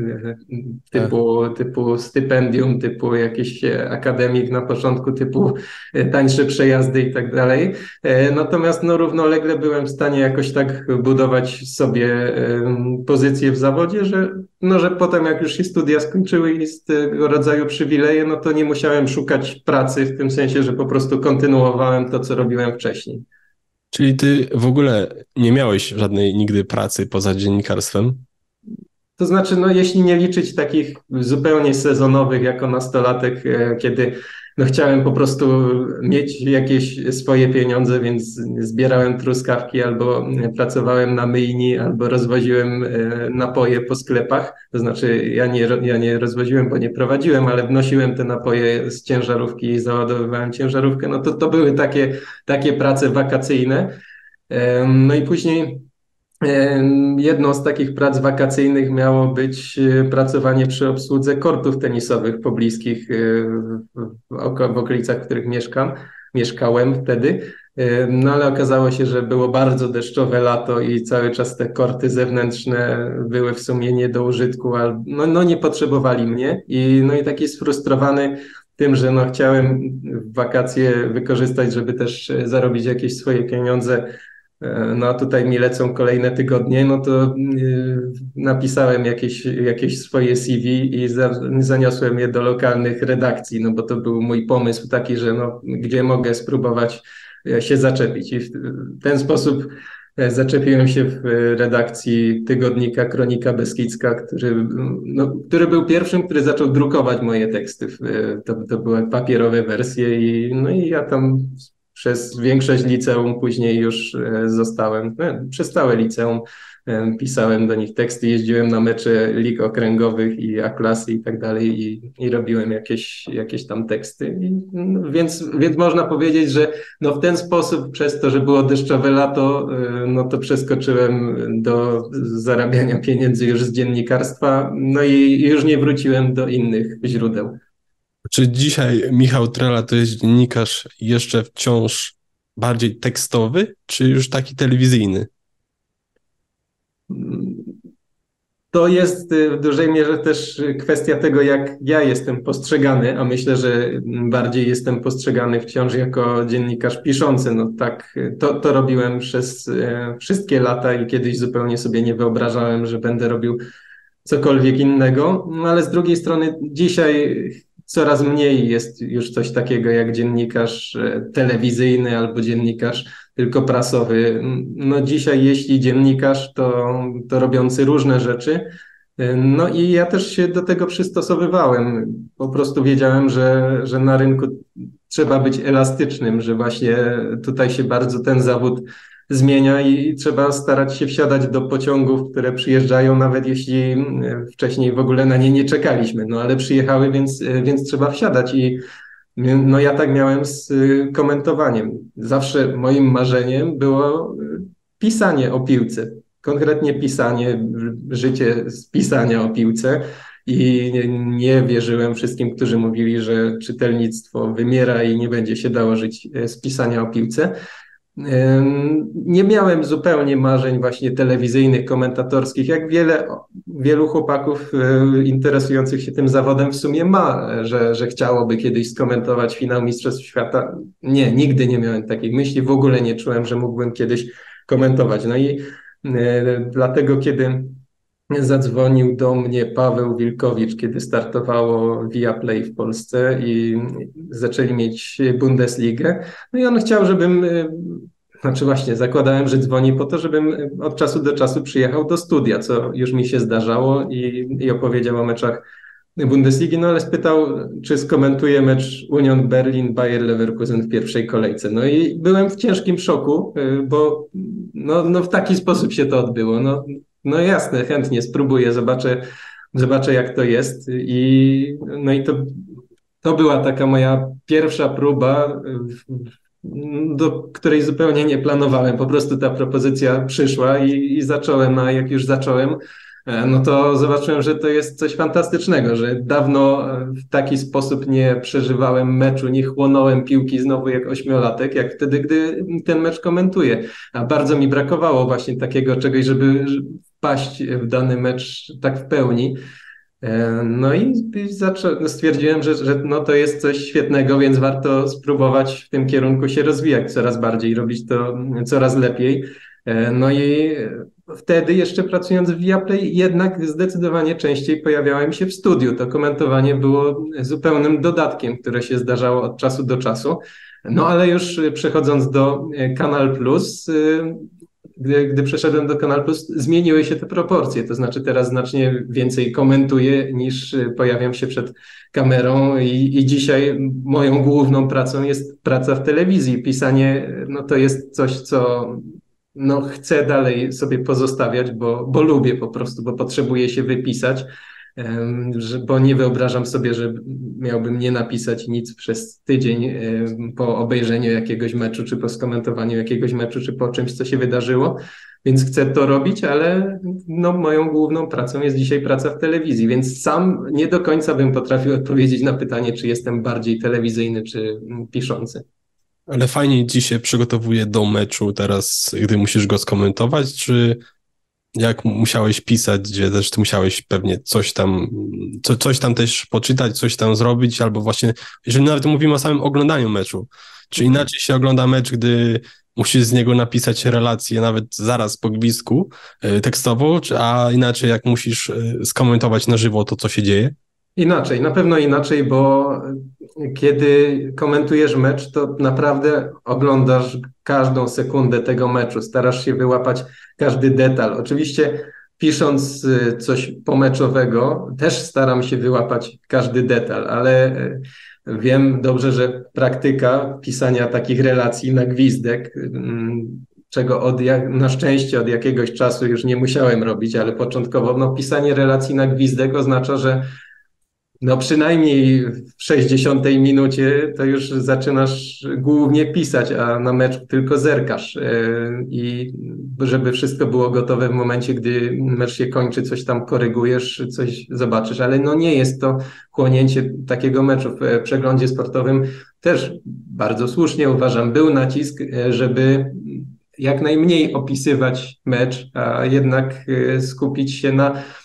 typu stypendium, typu jakiś akademik na początku, typu tańsze przejazdy i tak dalej. Natomiast no równolegle byłem w stanie jakoś tak budować sobie pozycję w zawodzie, że potem jak już się studia skończyły i z tego rodzaju przywileje, no to nie musiałem szukać pracy w tym sensie, że po prostu kontynuowałem to, co robiłem wcześniej.
Czyli ty w ogóle nie miałeś żadnej nigdy pracy poza dziennikarstwem?
To znaczy, no jeśli nie liczyć takich zupełnie sezonowych jako nastolatek, kiedy no chciałem po prostu mieć jakieś swoje pieniądze, więc zbierałem truskawki albo pracowałem na myjni, albo rozwoziłem napoje po sklepach. To znaczy ja nie rozwoziłem, bo nie prowadziłem, ale wnosiłem te napoje z ciężarówki i załadowywałem ciężarówkę. No to były takie prace wakacyjne. No i później jedną z takich prac wakacyjnych miało być pracowanie przy obsłudze kortów tenisowych pobliskich w okolicach, w których mieszkałem wtedy. No ale okazało się, że było bardzo deszczowe lato i cały czas te korty zewnętrzne były w sumie nie do użytku, no nie potrzebowali mnie no i taki sfrustrowany tym, że no chciałem wakacje wykorzystać, żeby też zarobić jakieś swoje pieniądze. No a tutaj mi lecą kolejne tygodnie, no to napisałem jakieś swoje CV i zaniosłem je do lokalnych redakcji, no bo to był mój pomysł taki, że no, gdzie mogę spróbować się zaczepić. I w ten sposób zaczepiłem się w redakcji tygodnika Kronika Beskidzka, który był pierwszym, który zaczął drukować moje teksty. To były papierowe wersje i ja tam przez większość liceum później już zostałem, przez całe liceum pisałem do nich teksty, jeździłem na mecze lig okręgowych i A-klasy i tak dalej i robiłem jakieś tam teksty. Więc można powiedzieć, że no w ten sposób, przez to, że było deszczowe lato, no to przeskoczyłem do zarabiania pieniędzy już z dziennikarstwa, no i już nie wróciłem do innych źródeł.
Czy dzisiaj Michał Trela to jest dziennikarz jeszcze wciąż bardziej tekstowy, czy już taki telewizyjny?
To jest w dużej mierze też kwestia tego, jak ja jestem postrzegany, a myślę, że bardziej jestem postrzegany wciąż jako dziennikarz piszący. No tak, to robiłem przez wszystkie lata i kiedyś zupełnie sobie nie wyobrażałem, że będę robił cokolwiek innego. No ale z drugiej strony dzisiaj coraz mniej jest już coś takiego jak dziennikarz telewizyjny albo dziennikarz tylko prasowy. No dzisiaj jeśli dziennikarz, to robiący różne rzeczy. No i ja też się do tego przystosowywałem. Po prostu wiedziałem, że na rynku trzeba być elastycznym, że właśnie tutaj się bardzo ten zawód zmienia i trzeba starać się wsiadać do pociągów, które przyjeżdżają, nawet jeśli wcześniej w ogóle na nie nie czekaliśmy. No ale przyjechały, więc trzeba wsiadać i no ja tak miałem z komentowaniem. Zawsze moim marzeniem było pisanie o piłce. Konkretnie pisanie, życie z pisania o piłce i nie wierzyłem wszystkim, którzy mówili, że czytelnictwo wymiera i nie będzie się dało żyć z pisania o piłce. Nie miałem zupełnie marzeń właśnie telewizyjnych, komentatorskich, jak wielu chłopaków interesujących się tym zawodem w sumie ma, że chciałoby kiedyś skomentować finał Mistrzostw Świata. Nie, nigdy nie miałem takiej myśli, w ogóle nie czułem, że mógłbym kiedyś komentować. No i dlatego, kiedy zadzwonił do mnie Paweł Wilkowicz, kiedy startowało Viaplay w Polsce i zaczęli mieć Bundesligę. No i on chciał, żebym, znaczy właśnie zakładałem, że dzwoni po to, żebym od czasu do czasu przyjechał do studia, co już mi się zdarzało i opowiedział o meczach Bundesligi, no ale spytał, czy skomentuje mecz Union Berlin-Bayer Leverkusen w pierwszej kolejce. No i byłem w ciężkim szoku, bo no w taki sposób się to odbyło. No jasne, chętnie spróbuję, zobaczę jak to jest. No i to była taka moja pierwsza próba, do której zupełnie nie planowałem. Po prostu ta propozycja przyszła i zacząłem, a jak już zacząłem, no to zobaczyłem, że to jest coś fantastycznego, że dawno w taki sposób nie przeżywałem meczu, nie chłonąłem piłki znowu jak ośmiolatek, jak wtedy, gdy ten mecz komentuję. A bardzo mi brakowało właśnie takiego czegoś, żeby wpaść w dany mecz tak w pełni. No i stwierdziłem, że no to jest coś świetnego, więc warto spróbować w tym kierunku się rozwijać coraz bardziej, robić to coraz lepiej. No i wtedy jeszcze pracując w Viaplay jednak zdecydowanie częściej pojawiałem się w studiu. To komentowanie było zupełnym dodatkiem, które się zdarzało od czasu do czasu. No ale już przechodząc do Kanal Plus, gdy przeszedłem do Kanal Plus, zmieniły się te proporcje. To znaczy teraz znacznie więcej komentuję niż pojawiam się przed kamerą i dzisiaj moją główną pracą jest praca w telewizji. Pisanie, no to jest coś, co no chcę dalej sobie pozostawiać, bo lubię po prostu, bo potrzebuję się wypisać, bo nie wyobrażam sobie, że miałbym nie napisać nic przez tydzień po obejrzeniu jakiegoś meczu, czy po skomentowaniu jakiegoś meczu, czy po czymś, co się wydarzyło, więc chcę to robić, ale no, moją główną pracą jest dzisiaj praca w telewizji, więc sam nie do końca bym potrafił odpowiedzieć na pytanie, czy jestem bardziej telewizyjny, czy piszący.
Ale fajnie ci się przygotowuje do meczu teraz, gdy musisz go skomentować, czy jak musiałeś pisać, gdzie też ty musiałeś pewnie coś tam też poczytać, coś tam zrobić, albo właśnie, jeżeli nawet mówimy o samym oglądaniu meczu, czy inaczej się ogląda mecz, gdy musisz z niego napisać relację nawet zaraz po gwizdku tekstowo, a inaczej jak musisz skomentować na żywo to, co się dzieje?
Inaczej, na pewno inaczej, bo kiedy komentujesz mecz, to naprawdę oglądasz każdą sekundę tego meczu, starasz się wyłapać każdy detal. Oczywiście pisząc coś pomeczowego też staram się wyłapać każdy detal, ale wiem dobrze, że praktyka pisania takich relacji na gwizdek, czego na szczęście od jakiegoś czasu już nie musiałem robić, ale początkowo no, pisanie relacji na gwizdek oznacza, że no przynajmniej w 60 minucie to już zaczynasz głównie pisać, a na mecz tylko zerkasz. I żeby wszystko było gotowe w momencie, gdy mecz się kończy, coś tam korygujesz, coś zobaczysz, ale no nie jest to chłonięcie takiego meczu. W przeglądzie sportowym też bardzo słusznie uważam, był nacisk, żeby jak najmniej opisywać mecz, a jednak skupić się na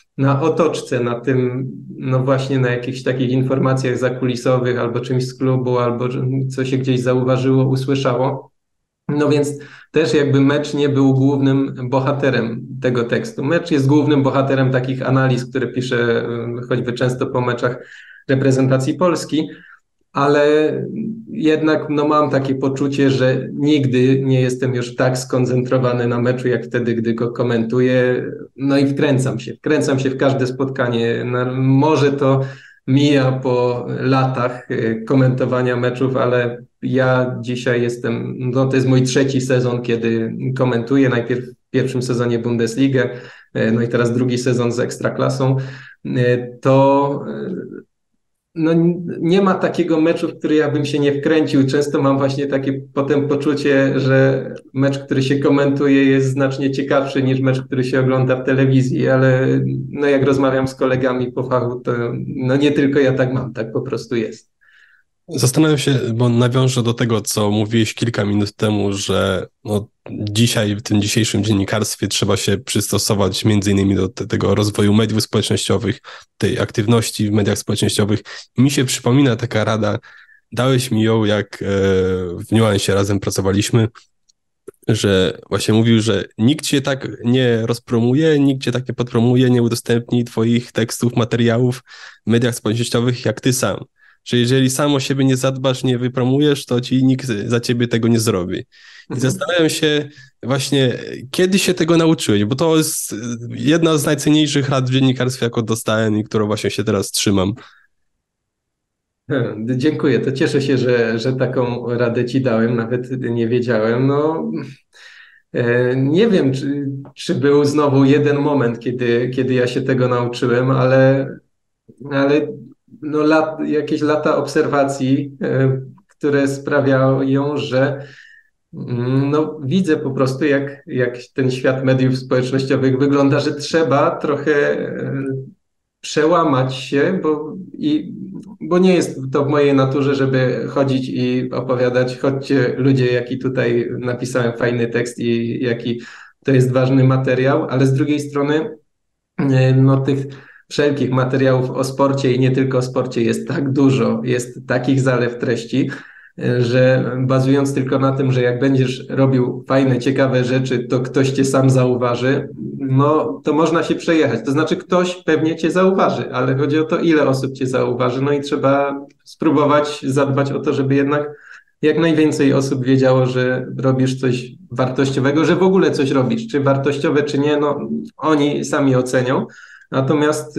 na otoczce, na tym, no właśnie na jakichś takich informacjach zakulisowych albo czymś z klubu, albo co się gdzieś zauważyło, usłyszało. No więc też jakby mecz nie był głównym bohaterem tego tekstu. Mecz jest głównym bohaterem takich analiz, które piszę choćby często po meczach reprezentacji Polski, ale jednak no, mam takie poczucie, że nigdy nie jestem już tak skoncentrowany na meczu, jak wtedy, gdy go komentuję. No i wkręcam się w każde spotkanie. No, może to mija po latach komentowania meczów, ale ja dzisiaj jestem, no to jest mój trzeci sezon, kiedy komentuję. Najpierw w pierwszym sezonie Bundesligę, no i teraz drugi sezon z Ekstraklasą. To no, nie ma takiego meczu, w który ja bym się nie wkręcił. Często mam właśnie takie potem poczucie, że mecz, który się komentuje, jest znacznie ciekawszy niż mecz, który się ogląda w telewizji, ale no, jak rozmawiam z kolegami po fachu, to no, nie tylko ja tak mam, tak po prostu jest.
Zastanawiam się, bo nawiążę do tego, co mówiłeś kilka minut temu, że no, dzisiaj, w tym dzisiejszym dziennikarstwie trzeba się przystosować między innymi do tego rozwoju mediów społecznościowych, tej aktywności w mediach społecznościowych. I mi się przypomina taka rada, dałeś mi ją, jak w Nuansie razem pracowaliśmy, że właśnie mówił, że nikt cię tak nie rozpromuje, nikt cię tak nie podpromuje, nie udostępni twoich tekstów, materiałów w mediach społecznościowych jak ty sam. Że jeżeli sam o siebie nie zadbasz, nie wypromujesz, to ci nikt za ciebie tego nie zrobi. I zastanawiam się właśnie, kiedy się tego nauczyłeś, bo to jest jedna z najcenniejszych rad w dziennikarstwie, jaką dostałem i którą właśnie się teraz trzymam.
Dziękuję, to cieszę się, że taką radę ci dałem, nawet nie wiedziałem. No, nie wiem, czy był znowu jeden moment, kiedy ja się tego nauczyłem, ale no jakieś lata obserwacji, które sprawiają, że no, widzę po prostu, jak ten świat mediów społecznościowych wygląda, że trzeba trochę przełamać się, bo nie jest to w mojej naturze, żeby chodzić i opowiadać, chodźcie ludzie, jaki tutaj napisałem fajny tekst i jaki to jest ważny materiał, ale z drugiej strony no, tych wszelkich materiałów o sporcie i nie tylko o sporcie jest tak dużo, jest takich zalew treści, że bazując tylko na tym, że jak będziesz robił fajne, ciekawe rzeczy, to ktoś cię sam zauważy, no to można się przejechać. To znaczy ktoś pewnie cię zauważy, ale chodzi o to, ile osób cię zauważy, no i trzeba spróbować zadbać o to, żeby jednak jak najwięcej osób wiedziało, że robisz coś wartościowego, że w ogóle coś robisz, czy wartościowe, czy nie, no oni sami ocenią. Natomiast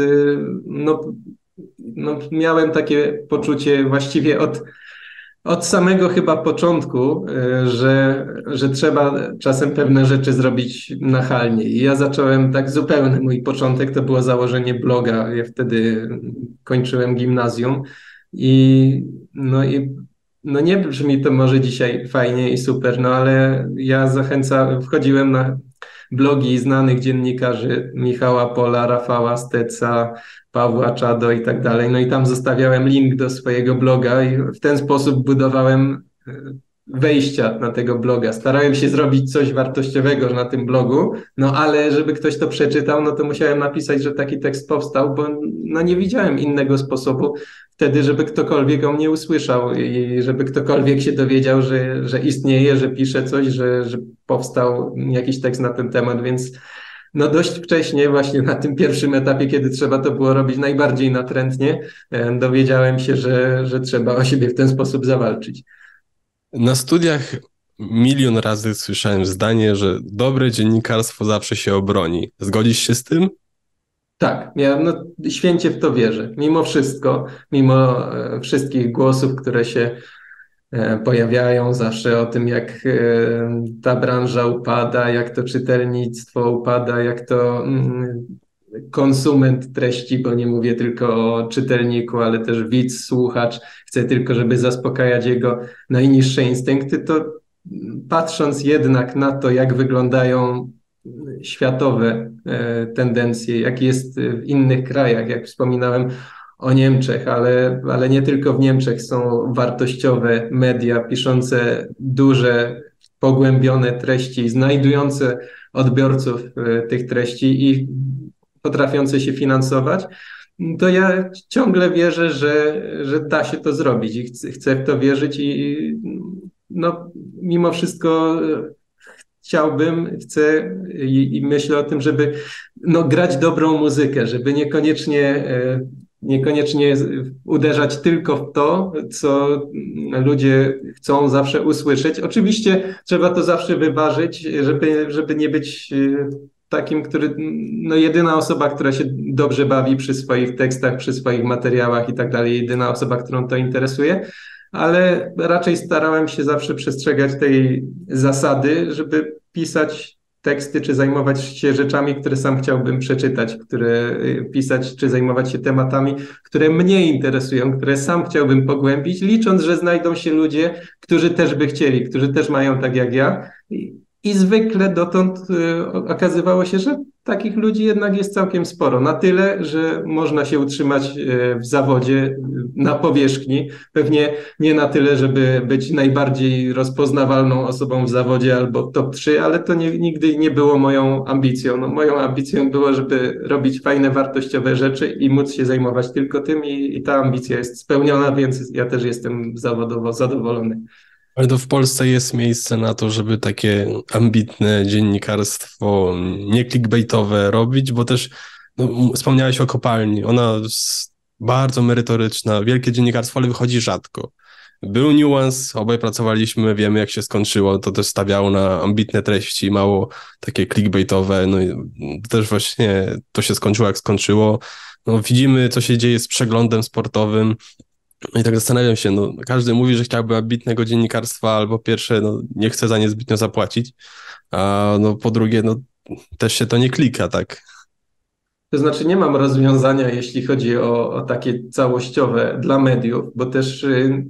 no, miałem takie poczucie właściwie od samego chyba początku, że trzeba czasem pewne rzeczy zrobić nachalnie. I ja zacząłem tak zupełny mój początek, to było założenie bloga. Ja wtedy kończyłem gimnazjum i no nie brzmi to może dzisiaj fajnie i super, no ale ja wchodziłem na blogi znanych dziennikarzy Michała Pola, Rafała Steca, Pawła Czado i tak dalej. No i tam zostawiałem link do swojego bloga i w ten sposób budowałem wejścia na tego bloga. Starałem się zrobić coś wartościowego na tym blogu, no ale żeby ktoś to przeczytał, no to musiałem napisać, że taki tekst powstał, bo no nie widziałem innego sposobu wtedy, żeby ktokolwiek o mnie usłyszał i żeby ktokolwiek się dowiedział, że istnieje, że pisze coś, że powstał jakiś tekst na ten temat, więc no dość wcześnie, właśnie na tym pierwszym etapie, kiedy trzeba to było robić najbardziej natrętnie, dowiedziałem się, że trzeba o siebie w ten sposób zawalczyć.
Na studiach milion razy słyszałem zdanie, że dobre dziennikarstwo zawsze się obroni. Zgodzisz się z tym?
Tak, ja no, święcie w to wierzę. Mimo wszystko, mimo wszystkich głosów, które się pojawiają zawsze o tym, jak ta branża upada, jak to czytelnictwo upada, jak to konsument treści, bo nie mówię tylko o czytelniku, ale też widz, słuchacz, chce tylko, żeby zaspokajać jego najniższe instynkty, to patrząc jednak na to, jak wyglądają światowe tendencje, jak jest w innych krajach, jak wspominałem o Niemczech, ale nie tylko w Niemczech są wartościowe media piszące duże, pogłębione treści, znajdujące odbiorców tych treści i potrafiące się finansować, to ja ciągle wierzę, że da się to zrobić i chcę w to wierzyć i no, mimo wszystko chcę i myślę o tym, żeby no, grać dobrą muzykę, żeby niekoniecznie uderzać tylko w to, co ludzie chcą zawsze usłyszeć. Oczywiście trzeba to zawsze wyważyć, żeby nie być takim, no jedyna osoba, która się dobrze bawi przy swoich tekstach, przy swoich materiałach i tak dalej, jedyna osoba, którą to interesuje, ale raczej starałem się zawsze przestrzegać tej zasady, żeby pisać teksty, czy zajmować się rzeczami, które sam chciałbym przeczytać, pisać, czy zajmować się tematami, które mnie interesują, które sam chciałbym pogłębić, licząc, że znajdą się ludzie, którzy też by chcieli, którzy też mają tak jak ja. I zwykle dotąd okazywało się, że takich ludzi jednak jest całkiem sporo. Na tyle, że można się utrzymać w zawodzie na powierzchni. Pewnie nie na tyle, żeby być najbardziej rozpoznawalną osobą w zawodzie albo w top 3, ale to nigdy nie było moją ambicją. No, moją ambicją było, żeby robić fajne, wartościowe rzeczy i móc się zajmować tylko tym i ta ambicja jest spełniona, więc ja też jestem zawodowo zadowolony.
Ale to w Polsce jest miejsce na to, żeby takie ambitne dziennikarstwo, nie clickbaitowe robić, bo też wspomniałeś o kopalni. Ona jest bardzo merytoryczna, wielkie dziennikarstwo, ale wychodzi rzadko. Był niuans, obaj pracowaliśmy, wiemy jak się skończyło, to też stawiało na ambitne treści, mało takie clickbaitowe, no i też właśnie to się skończyło jak skończyło. No, widzimy co się dzieje z przeglądem sportowym. I tak zastanawiam się, no każdy mówi, że chciałby ambitnego dziennikarstwa, albo pierwsze, no nie chce za nie zbytnio zapłacić, a no po drugie, no też się to nie klika, tak?
To znaczy nie mam rozwiązania, jeśli chodzi o takie całościowe dla mediów, bo też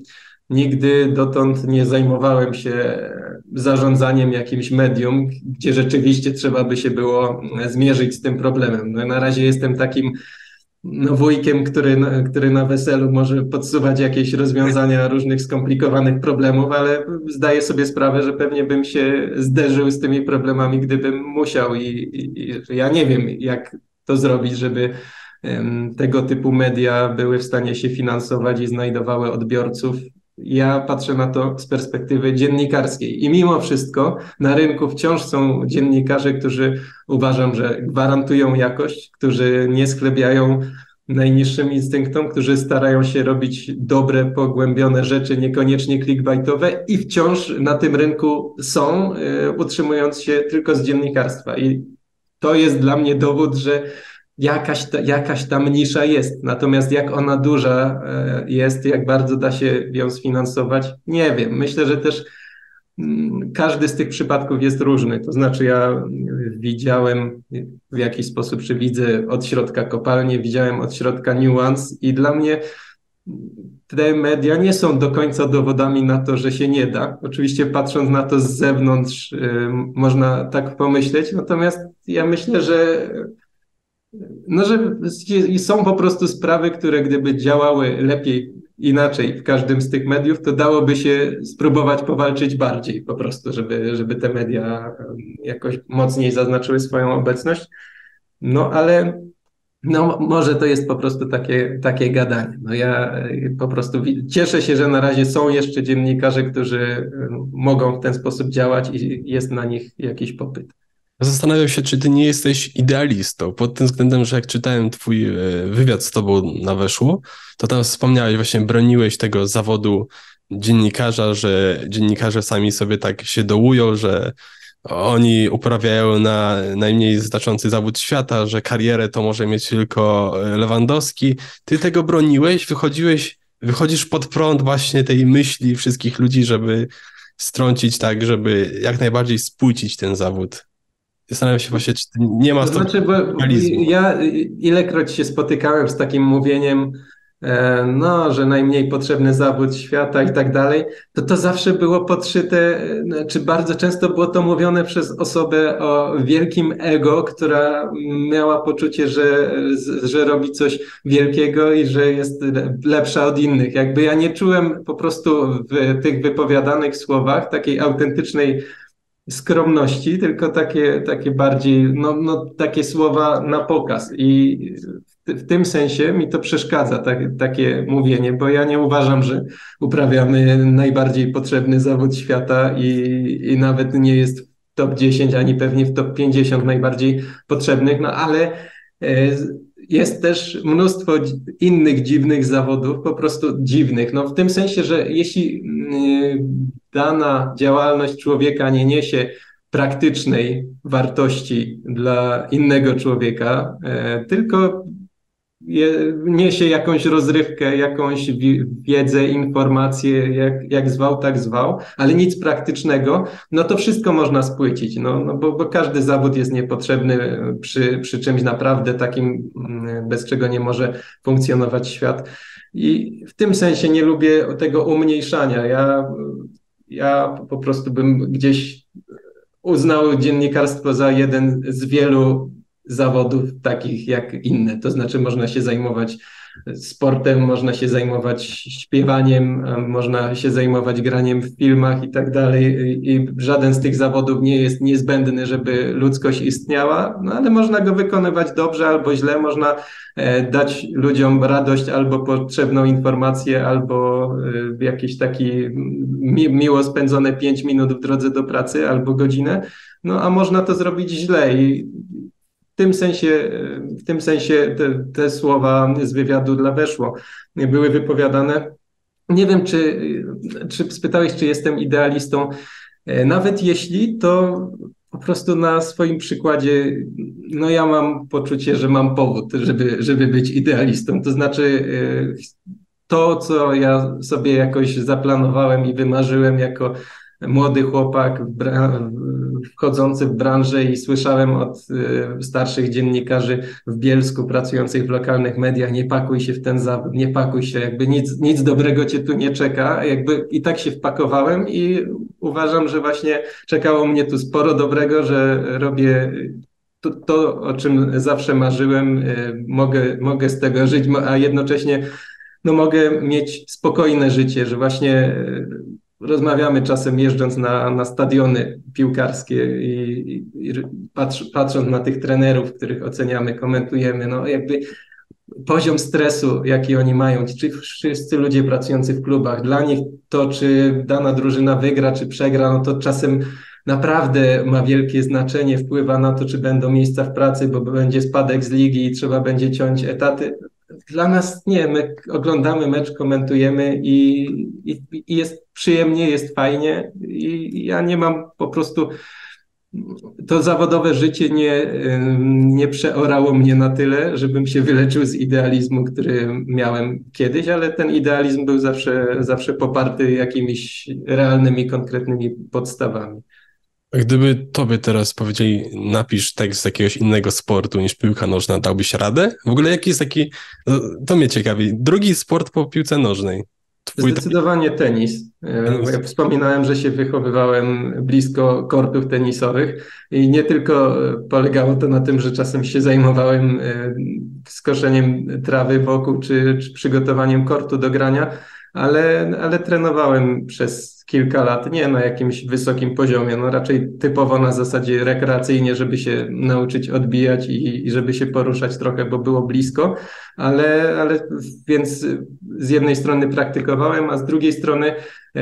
nigdy dotąd nie zajmowałem się zarządzaniem jakimś medium, gdzie rzeczywiście trzeba by się było zmierzyć z tym problemem. No, na razie jestem takim wujkiem, który na weselu może podsuwać jakieś rozwiązania różnych skomplikowanych problemów, ale zdaję sobie sprawę, że pewnie bym się zderzył z tymi problemami, gdybym musiał i ja nie wiem, jak to zrobić, żeby tego typu media były w stanie się finansować i znajdowały odbiorców. Ja patrzę na to z perspektywy dziennikarskiej i mimo wszystko na rynku wciąż są dziennikarze, którzy uważam, że gwarantują jakość, którzy nie schlebiają najniższym instynktom, którzy starają się robić dobre, pogłębione rzeczy, niekoniecznie clickbaitowe i wciąż na tym rynku są, utrzymując się tylko z dziennikarstwa. I to jest dla mnie dowód, że jakaś tam nisza jest. Natomiast jak ona duża jest, jak bardzo da się ją sfinansować, nie wiem. Myślę, że też każdy z tych przypadków jest różny. To znaczy ja widziałem w jakiś sposób, czy widzę od środka kopalnię, widziałem od środka niuans i dla mnie te media nie są do końca dowodami na to, że się nie da. Oczywiście patrząc na to z zewnątrz można tak pomyśleć, natomiast ja myślę, że są po prostu sprawy, które gdyby działały lepiej, inaczej w każdym z tych mediów, to dałoby się spróbować powalczyć bardziej po prostu, żeby te media jakoś mocniej zaznaczyły swoją obecność. No ale no, może to jest po prostu takie gadanie. No ja po prostu cieszę się, że na razie są jeszcze dziennikarze, którzy mogą w ten sposób działać i jest na nich jakiś popyt.
Zastanawiam się, czy ty nie jesteś idealistą, pod tym względem, że jak czytałem twój wywiad z tobą na Weszło, to tam wspomniałeś, właśnie broniłeś tego zawodu dziennikarza, że dziennikarze sami sobie tak się dołują, że oni uprawiają na najmniej znaczący zawód świata, że karierę to może mieć tylko Lewandowski. Ty tego broniłeś, wychodzisz pod prąd właśnie tej myśli wszystkich ludzi, żeby strącić tak, żeby jak najbardziej spłycić ten zawód. Zastanawiam się właśnie, czy nie ma
to znaczy, bo ja ilekroć się spotykałem z takim mówieniem, że najmniej potrzebny zawód świata i tak dalej, to zawsze było podszyte, czy bardzo często było to mówione przez osobę o wielkim ego, która miała poczucie, że robi coś wielkiego i że jest lepsza od innych. Jakby ja nie czułem po prostu w tych wypowiadanych słowach takiej autentycznej skromności, tylko takie bardziej, takie słowa na pokaz. I w tym sensie mi to przeszkadza, takie mówienie, bo ja nie uważam, że uprawiamy najbardziej potrzebny zawód świata i nawet nie jest w top 10, ani pewnie w top 50 najbardziej potrzebnych, no ale jest też mnóstwo innych dziwnych zawodów, po prostu dziwnych. No w tym sensie, że jeśli dana działalność człowieka nie niesie praktycznej wartości dla innego człowieka, tylko niesie jakąś rozrywkę, jakąś wiedzę, informację, jak zwał, tak zwał, ale nic praktycznego, no to wszystko można spłycić, bo każdy zawód jest niepotrzebny przy czymś naprawdę takim, bez czego nie może funkcjonować świat. I w tym sensie nie lubię tego umniejszania. Ja po prostu bym gdzieś uznał dziennikarstwo za jeden z wielu zawodów takich jak inne. To znaczy można się zajmować sportem, można się zajmować śpiewaniem, można się zajmować graniem w filmach i tak dalej. I żaden z tych zawodów nie jest niezbędny, żeby ludzkość istniała, no ale można go wykonywać dobrze albo źle, można dać ludziom radość albo potrzebną informację, albo jakiś taki miło spędzone 5 minut w drodze do pracy albo godzinę, no a można to zrobić źle i w tym sensie te słowa z wywiadu dla Weszło były wypowiadane. Nie wiem, czy spytałeś, czy jestem idealistą. Nawet jeśli, to po prostu na swoim przykładzie, no ja mam poczucie, że mam powód, żeby być idealistą. To znaczy to, co ja sobie jakoś zaplanowałem i wymarzyłem jako młody chłopak wchodzący w branżę i słyszałem od starszych dziennikarzy w Bielsku pracujących w lokalnych mediach: nie pakuj się w ten zawód, nie pakuj się, jakby nic dobrego cię tu nie czeka. Jakby i tak się wpakowałem i uważam, że właśnie czekało mnie tu sporo dobrego, że robię to, o czym zawsze marzyłem, mogę z tego żyć, a jednocześnie mogę mieć spokojne życie, że właśnie rozmawiamy czasem jeżdżąc na stadiony piłkarskie i patrząc na tych trenerów, których oceniamy, komentujemy, no jakby poziom stresu, jaki oni mają, czy wszyscy ludzie pracujący w klubach, dla nich to, czy dana drużyna wygra, czy przegra, no to czasem naprawdę ma wielkie znaczenie, wpływa na to, czy będą miejsca w pracy, bo będzie spadek z ligi i trzeba będzie ciąć etaty. Dla nas nie, my oglądamy mecz, komentujemy i jest przyjemnie, jest fajnie i ja nie mam po prostu, to zawodowe życie nie przeorało mnie na tyle, żebym się wyleczył z idealizmu, który miałem kiedyś, ale ten idealizm był zawsze poparty jakimiś realnymi, konkretnymi podstawami.
A gdyby tobie teraz powiedzieli, napisz tekst z jakiegoś innego sportu niż piłka nożna, dałbyś radę? W ogóle jaki jest taki, to mnie ciekawi, drugi sport po piłce nożnej?
Zdecydowanie tenis. Ja wspominałem, że się wychowywałem blisko kortów tenisowych i nie tylko polegało to na tym, że czasem się zajmowałem skoszeniem trawy wokół czy przygotowaniem kortu do grania, ale trenowałem przez kilka lat, nie na jakimś wysokim poziomie, raczej typowo na zasadzie rekreacyjnie, żeby się nauczyć odbijać i żeby się poruszać trochę, bo było blisko, ale więc z jednej strony praktykowałem, a z drugiej strony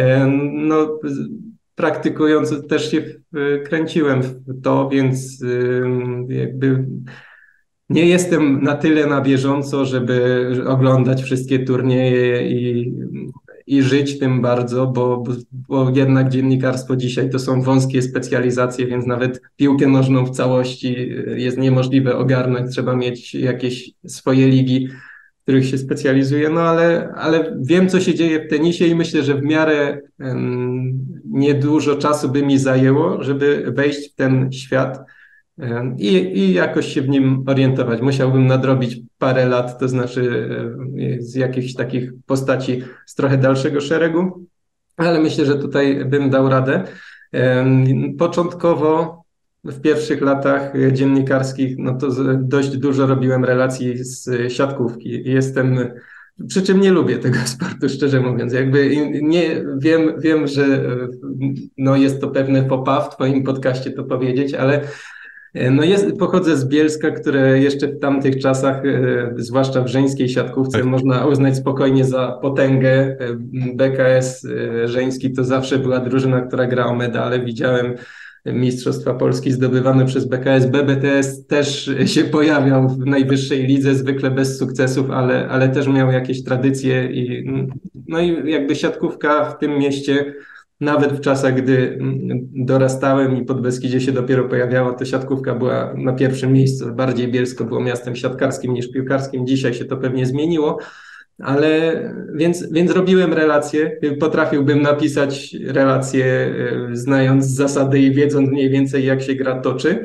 praktykując też się kręciłem w to, więc jakby nie jestem na tyle na bieżąco, żeby oglądać wszystkie turnieje i żyć tym bardzo, bo jednak dziennikarstwo dzisiaj to są wąskie specjalizacje, więc nawet piłkę nożną w całości jest niemożliwe ogarnąć. Trzeba mieć jakieś swoje ligi, w których się specjalizuje, ale wiem, co się dzieje w tenisie i myślę, że w miarę niedużo czasu by mi zajęło, żeby wejść w ten świat i jakoś się w nim orientować. Musiałbym nadrobić parę lat, to znaczy z jakichś takich postaci z trochę dalszego szeregu, ale myślę, że tutaj bym dał radę. Początkowo w pierwszych latach dziennikarskich, to dość dużo robiłem relacji z siatkówki. Jestem Przy czym nie lubię tego sportu, szczerze mówiąc. Jakby nie wiem, że no jest to pewne faux pas w twoim podcaście to powiedzieć, ale no pochodzę z Bielska, które jeszcze w tamtych czasach, zwłaszcza w żeńskiej siatkówce, można uznać spokojnie za potęgę. BKS żeński to zawsze była drużyna, która gra o medale. Widziałem Mistrzostwa Polski zdobywane przez BKS. BBTS też się pojawiał w najwyższej lidze, zwykle bez sukcesów, ale też miał jakieś tradycje. No i jakby siatkówka w tym mieście, nawet w czasach, gdy dorastałem i Podbeskidzie się dopiero pojawiało, to siatkówka była na pierwszym miejscu. Bardziej Bielsko było miastem siatkarskim niż piłkarskim. Dzisiaj się to pewnie zmieniło. Ale więc robiłem relacje, potrafiłbym napisać relacje, znając zasady i wiedząc mniej więcej, jak się gra toczy,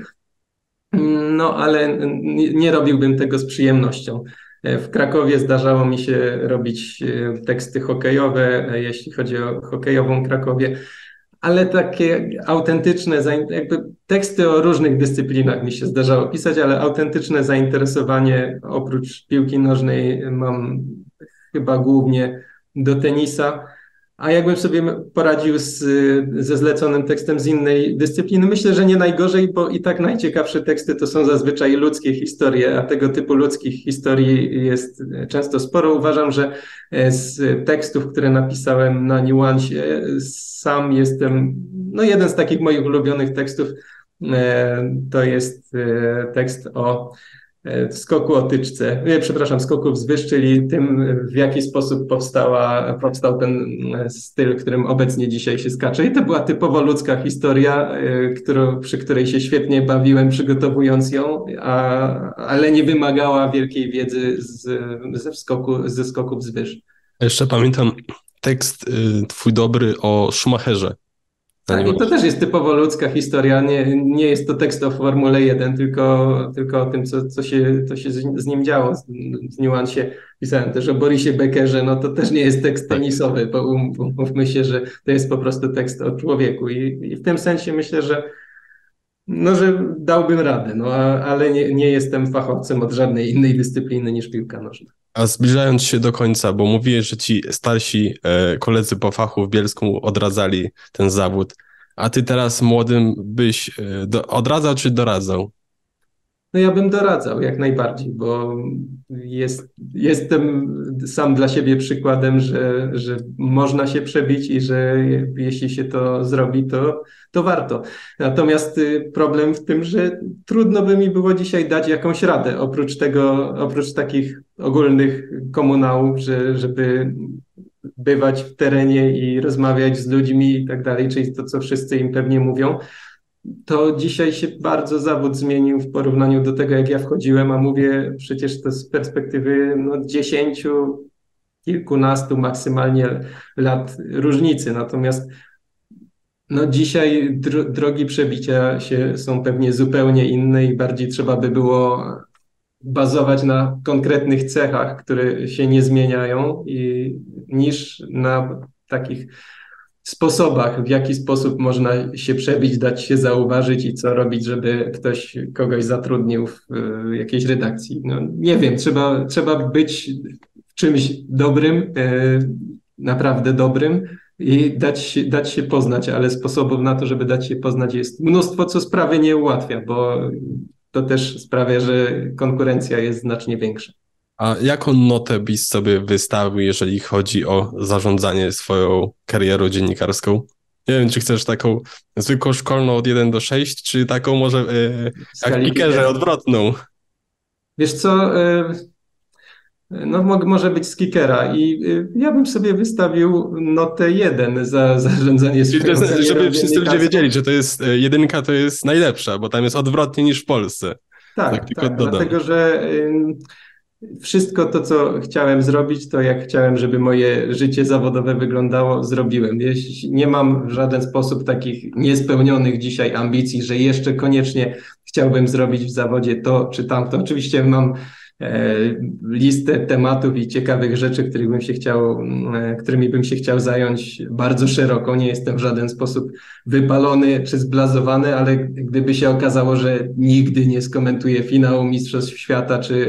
no ale nie robiłbym tego z przyjemnością. W Krakowie zdarzało mi się robić teksty hokejowe, jeśli chodzi o hokejową Krakowie, ale takie autentyczne, jakby teksty o różnych dyscyplinach mi się zdarzało pisać, ale autentyczne zainteresowanie oprócz piłki nożnej mam chyba głównie do tenisa. A jakbym sobie poradził ze zleconym tekstem z innej dyscypliny? Myślę, że nie najgorzej, bo i tak najciekawsze teksty to są zazwyczaj ludzkie historie, a tego typu ludzkich historii jest często sporo. Uważam, że z tekstów, które napisałem na Niuansie, sam jestem, no jeden z takich moich ulubionych tekstów to jest tekst o skoku o tyczce, skoku wzwyż, czyli tym, w jaki sposób powstał ten styl, którym obecnie dzisiaj się skacze. I to była typowo ludzka historia, przy której się świetnie bawiłem, przygotowując ją, ale nie wymagała wielkiej wiedzy ze skoku wzwyż.
Jeszcze pamiętam tekst twój dobry o Schumacherze.
Tak, i to też jest typowo ludzka historia. Nie jest to tekst o Formule 1, tylko o tym, co się z nim działo. W Niuansie pisałem też o Borisie Beckerze, no to też nie jest tekst tenisowy, bo umówmy się, że to jest po prostu tekst o człowieku. I w tym sensie myślę, że dałbym radę, no ale nie jestem fachowcem od żadnej innej dyscypliny niż piłka nożna.
A zbliżając się do końca, bo mówiłeś, że ci starsi koledzy po fachu w Bielsku odradzali ten zawód, a ty teraz młodym byś odradzał czy doradzał?
No ja bym doradzał jak najbardziej, bo jestem sam dla siebie przykładem, że można się przebić i że jeśli się to zrobi, to warto. Natomiast problem w tym, że trudno by mi było dzisiaj dać jakąś radę, oprócz takich ogólnych komunałów, żeby bywać w terenie i rozmawiać z ludźmi i tak dalej, czyli to, co wszyscy im pewnie mówią. To dzisiaj się bardzo zawód zmienił w porównaniu do tego, jak ja wchodziłem, a mówię przecież to z perspektywy 10, kilkunastu maksymalnie lat różnicy. Natomiast dzisiaj drogi przebicia są pewnie zupełnie inne i bardziej trzeba by było bazować na konkretnych cechach, które się nie zmieniają niż na takich sposobach, w jaki sposób można się przebić, dać się zauważyć i co robić, żeby ktoś kogoś zatrudnił w jakiejś redakcji. Nie wiem, trzeba być w czymś dobrym, naprawdę dobrym i dać się poznać, ale sposobów na to, żeby dać się poznać jest mnóstwo, co sprawy nie ułatwia, bo to też sprawia, że konkurencja jest znacznie większa.
A jaką notę byś sobie wystawił, jeżeli chodzi o zarządzanie swoją karierą dziennikarską? Nie wiem, czy chcesz taką zwykłą szkolną od 1 do 6, czy taką może jak w Kickerze odwrotną?
Wiesz co, może być z Kickera i ja bym sobie wystawił notę 1 za zarządzanie swoją karierą.
Żeby wszyscy ludzie wiedzieli, że to jest 1 to jest najlepsza, bo tam jest odwrotnie niż w Polsce.
Tak, dlatego że wszystko to, co chciałem zrobić, to jak chciałem, żeby moje życie zawodowe wyglądało, zrobiłem. Nie mam w żaden sposób takich niespełnionych dzisiaj ambicji, że jeszcze koniecznie chciałbym zrobić w zawodzie to czy tamto. Oczywiście mam listę tematów i ciekawych rzeczy, którymi bym się chciał zająć bardzo szeroko. Nie jestem w żaden sposób wypalony czy zblazowany, ale gdyby się okazało, że nigdy nie skomentuję finału Mistrzostw Świata czy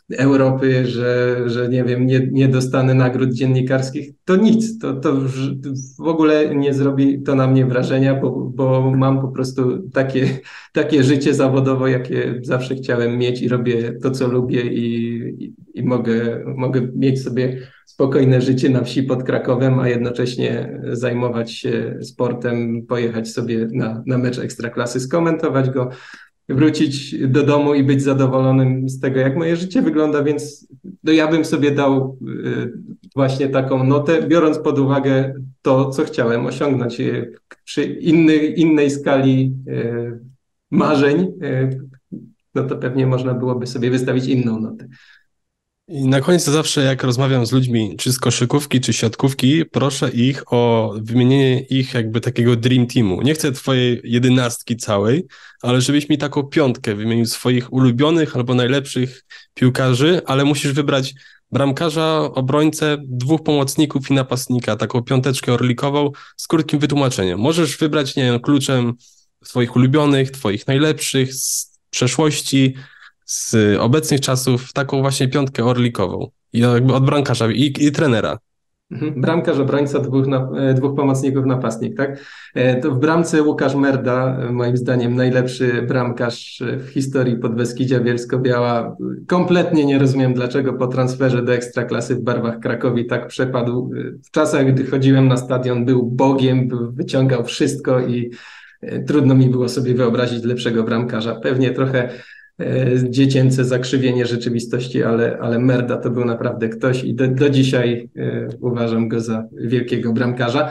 Europy, że nie wiem, nie dostanę nagród dziennikarskich, to nic, to w ogóle nie zrobi to na mnie wrażenia, bo mam po prostu takie życie zawodowe, jakie zawsze chciałem mieć i robię to, co lubię i mogę mieć sobie spokojne życie na wsi pod Krakowem, a jednocześnie zajmować się sportem, pojechać sobie na mecz Ekstraklasy, skomentować go, wrócić do domu i być zadowolonym z tego, jak moje życie wygląda, więc ja bym sobie dał właśnie taką notę, biorąc pod uwagę to, co chciałem osiągnąć przy innej skali marzeń, no to pewnie można byłoby sobie wystawić inną notę.
I na koniec to zawsze, jak rozmawiam z ludźmi, czy z koszykówki, czy siatkówki, proszę ich o wymienienie ich jakby takiego dream teamu. Nie chcę twojej 11 całej, ale żebyś mi taką 5 wymienił swoich ulubionych albo najlepszych piłkarzy, ale musisz wybrać bramkarza, obrońcę, 2 pomocników i napastnika, taką 5 orlikową z krótkim wytłumaczeniem. Możesz wybrać, nie wiem, kluczem swoich ulubionych, twoich najlepszych z przeszłości, z obecnych czasów, taką właśnie 5 orlikową. I jakby od bramkarza i trenera.
Bramkarz, obrońca, 2 pomocników, napastnik, tak? To w bramce Łukasz Merda, moim zdaniem najlepszy bramkarz w historii Podbeskidzia Bielsko-Biała. Kompletnie nie rozumiem, dlaczego po transferze do Ekstraklasy w barwach Krakowi tak przepadł. W czasach, gdy chodziłem na stadion, był Bogiem, wyciągał wszystko i trudno mi było sobie wyobrazić lepszego bramkarza. Pewnie trochę dziecięce zakrzywienie rzeczywistości, ale Merda to był naprawdę ktoś i do dzisiaj uważam go za wielkiego bramkarza.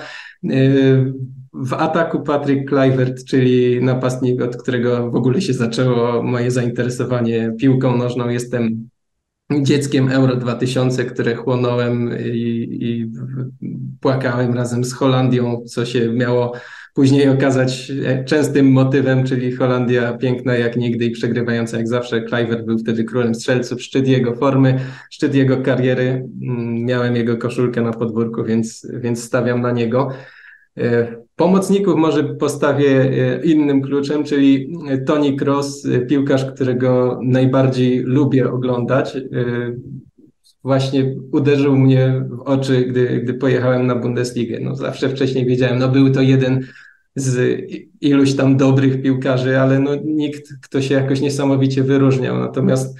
W ataku Patrick Kluivert, czyli napastnik, od którego w ogóle się zaczęło moje zainteresowanie piłką nożną. Jestem dzieckiem Euro 2000, które chłonąłem i płakałem razem z Holandią, co się miało później okazać częstym motywem, czyli Holandia piękna jak nigdy i przegrywająca jak zawsze. Kluivert był wtedy królem strzelców, szczyt jego formy, szczyt jego kariery. Miałem jego koszulkę na podwórku, więc stawiam na niego. Pomocników może postawię innym kluczem, czyli Toni Kroos, piłkarz, którego najbardziej lubię oglądać. Właśnie uderzył mnie w oczy, gdy pojechałem na Bundesligę. No zawsze wcześniej wiedziałem, no był to jeden z iluś tam dobrych piłkarzy, ale no nikt, kto się jakoś niesamowicie wyróżniał. Natomiast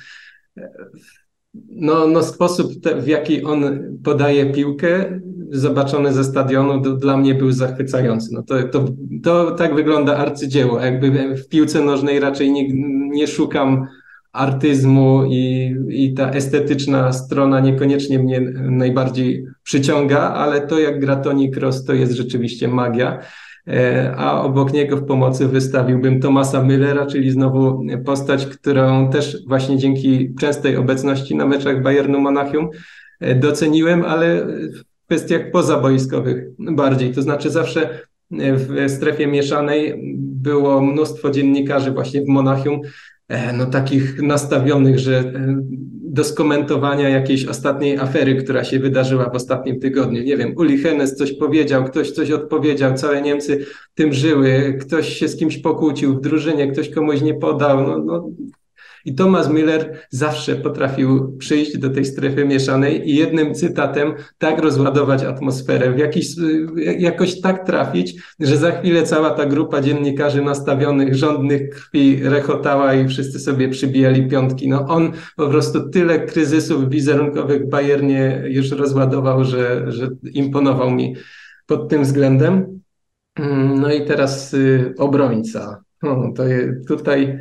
no sposób, w jaki on podaje piłkę, zobaczony ze stadionu, dla mnie był zachwycający. No to tak wygląda arcydzieło. Jakby w piłce nożnej raczej nie szukam artyzmu i ta estetyczna strona niekoniecznie mnie najbardziej przyciąga, ale to jak gra Toni Kroos, to jest rzeczywiście magia. A obok niego w pomocy wystawiłbym Thomasa Müllera, czyli znowu postać, którą też właśnie dzięki częstej obecności na meczach Bayernu Monachium doceniłem, ale w kwestiach pozaboiskowych bardziej. To znaczy zawsze w strefie mieszanej było mnóstwo dziennikarzy właśnie w Monachium, no takich nastawionych, że do skomentowania jakiejś ostatniej afery, która się wydarzyła w ostatnim tygodniu. Nie wiem, Uli Hoeneß coś powiedział, ktoś coś odpowiedział, całe Niemcy tym żyły, ktoś się z kimś pokłócił w drużynie, ktoś komuś nie podał. I Thomas Müller zawsze potrafił przyjść do tej strefy mieszanej i jednym cytatem tak rozładować atmosferę, jakoś tak trafić, że za chwilę cała ta grupa dziennikarzy nastawionych, żądnych krwi rechotała i wszyscy sobie przybijali piątki. No on po prostu tyle kryzysów wizerunkowych w Bayernie już rozładował, że imponował mi pod tym względem. No i teraz obrońca. Tutaj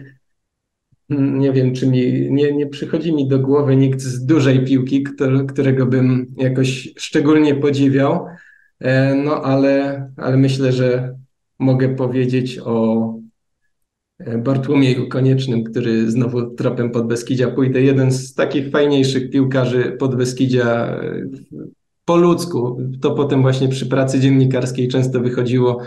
nie wiem, czy nie przychodzi mi do głowy nikt z dużej piłki, którego bym jakoś szczególnie podziwiał, no ale myślę, że mogę powiedzieć o Bartłomieju Koniecznym, który znowu tropem Podbeskidzia pójdę. Jeden z takich fajniejszych piłkarzy Podbeskidzia po ludzku. To potem właśnie przy pracy dziennikarskiej często wychodziło,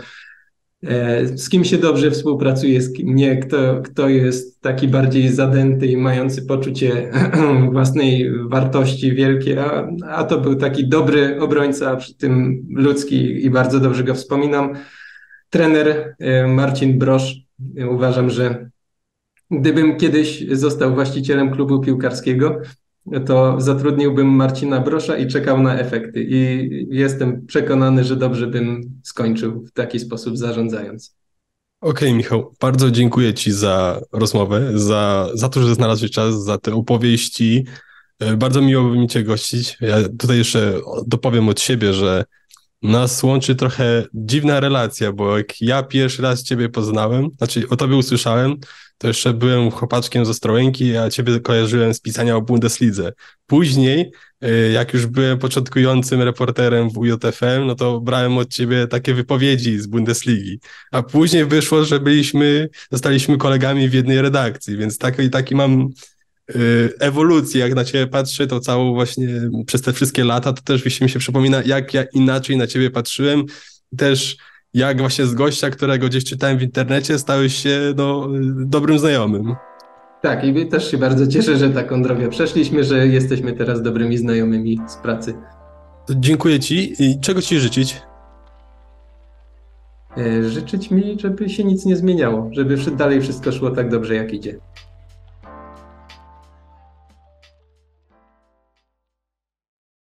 z kim się dobrze współpracuje, z kim nie, kto jest taki bardziej zadęty i mający poczucie własnej wartości wielkie, a to był taki dobry obrońca, a przy tym ludzki i bardzo dobrze go wspominam. Trener Marcin Brosz. Uważam, że gdybym kiedyś został właścicielem klubu piłkarskiego, to zatrudniłbym Marcina Brosza i czekał na efekty. I jestem przekonany, że dobrze bym skończył w taki sposób zarządzając.
Okej, Michał, bardzo dziękuję Ci za rozmowę, za to, że znalazłeś czas, za te opowieści. Bardzo miło by mi Cię gościć. Ja tutaj jeszcze dopowiem od siebie, że nas łączy trochę dziwna relacja, bo jak ja pierwszy raz Ciebie poznałem, znaczy o Tobie usłyszałem, to jeszcze byłem chłopaczkiem z Ostrołęki, a Ciebie kojarzyłem z pisania o Bundeslidze. Później, jak już byłem początkującym reporterem w UJFM, no to brałem od Ciebie takie wypowiedzi z Bundesligi, a później wyszło, że zostaliśmy kolegami w jednej redakcji, więc taki mam ewolucji, jak na ciebie patrzę, to całą właśnie przez te wszystkie lata, to też mi się przypomina, jak ja inaczej na ciebie patrzyłem, też jak właśnie z gościa, którego gdzieś czytałem w internecie, stałeś się dobrym znajomym.
Tak, i też się bardzo cieszę, że taką drogę przeszliśmy, że jesteśmy teraz dobrymi znajomymi z pracy.
To dziękuję ci i czego ci życzyć?
Życzyć mi, żeby się nic nie zmieniało, żeby dalej wszystko szło tak dobrze, jak idzie.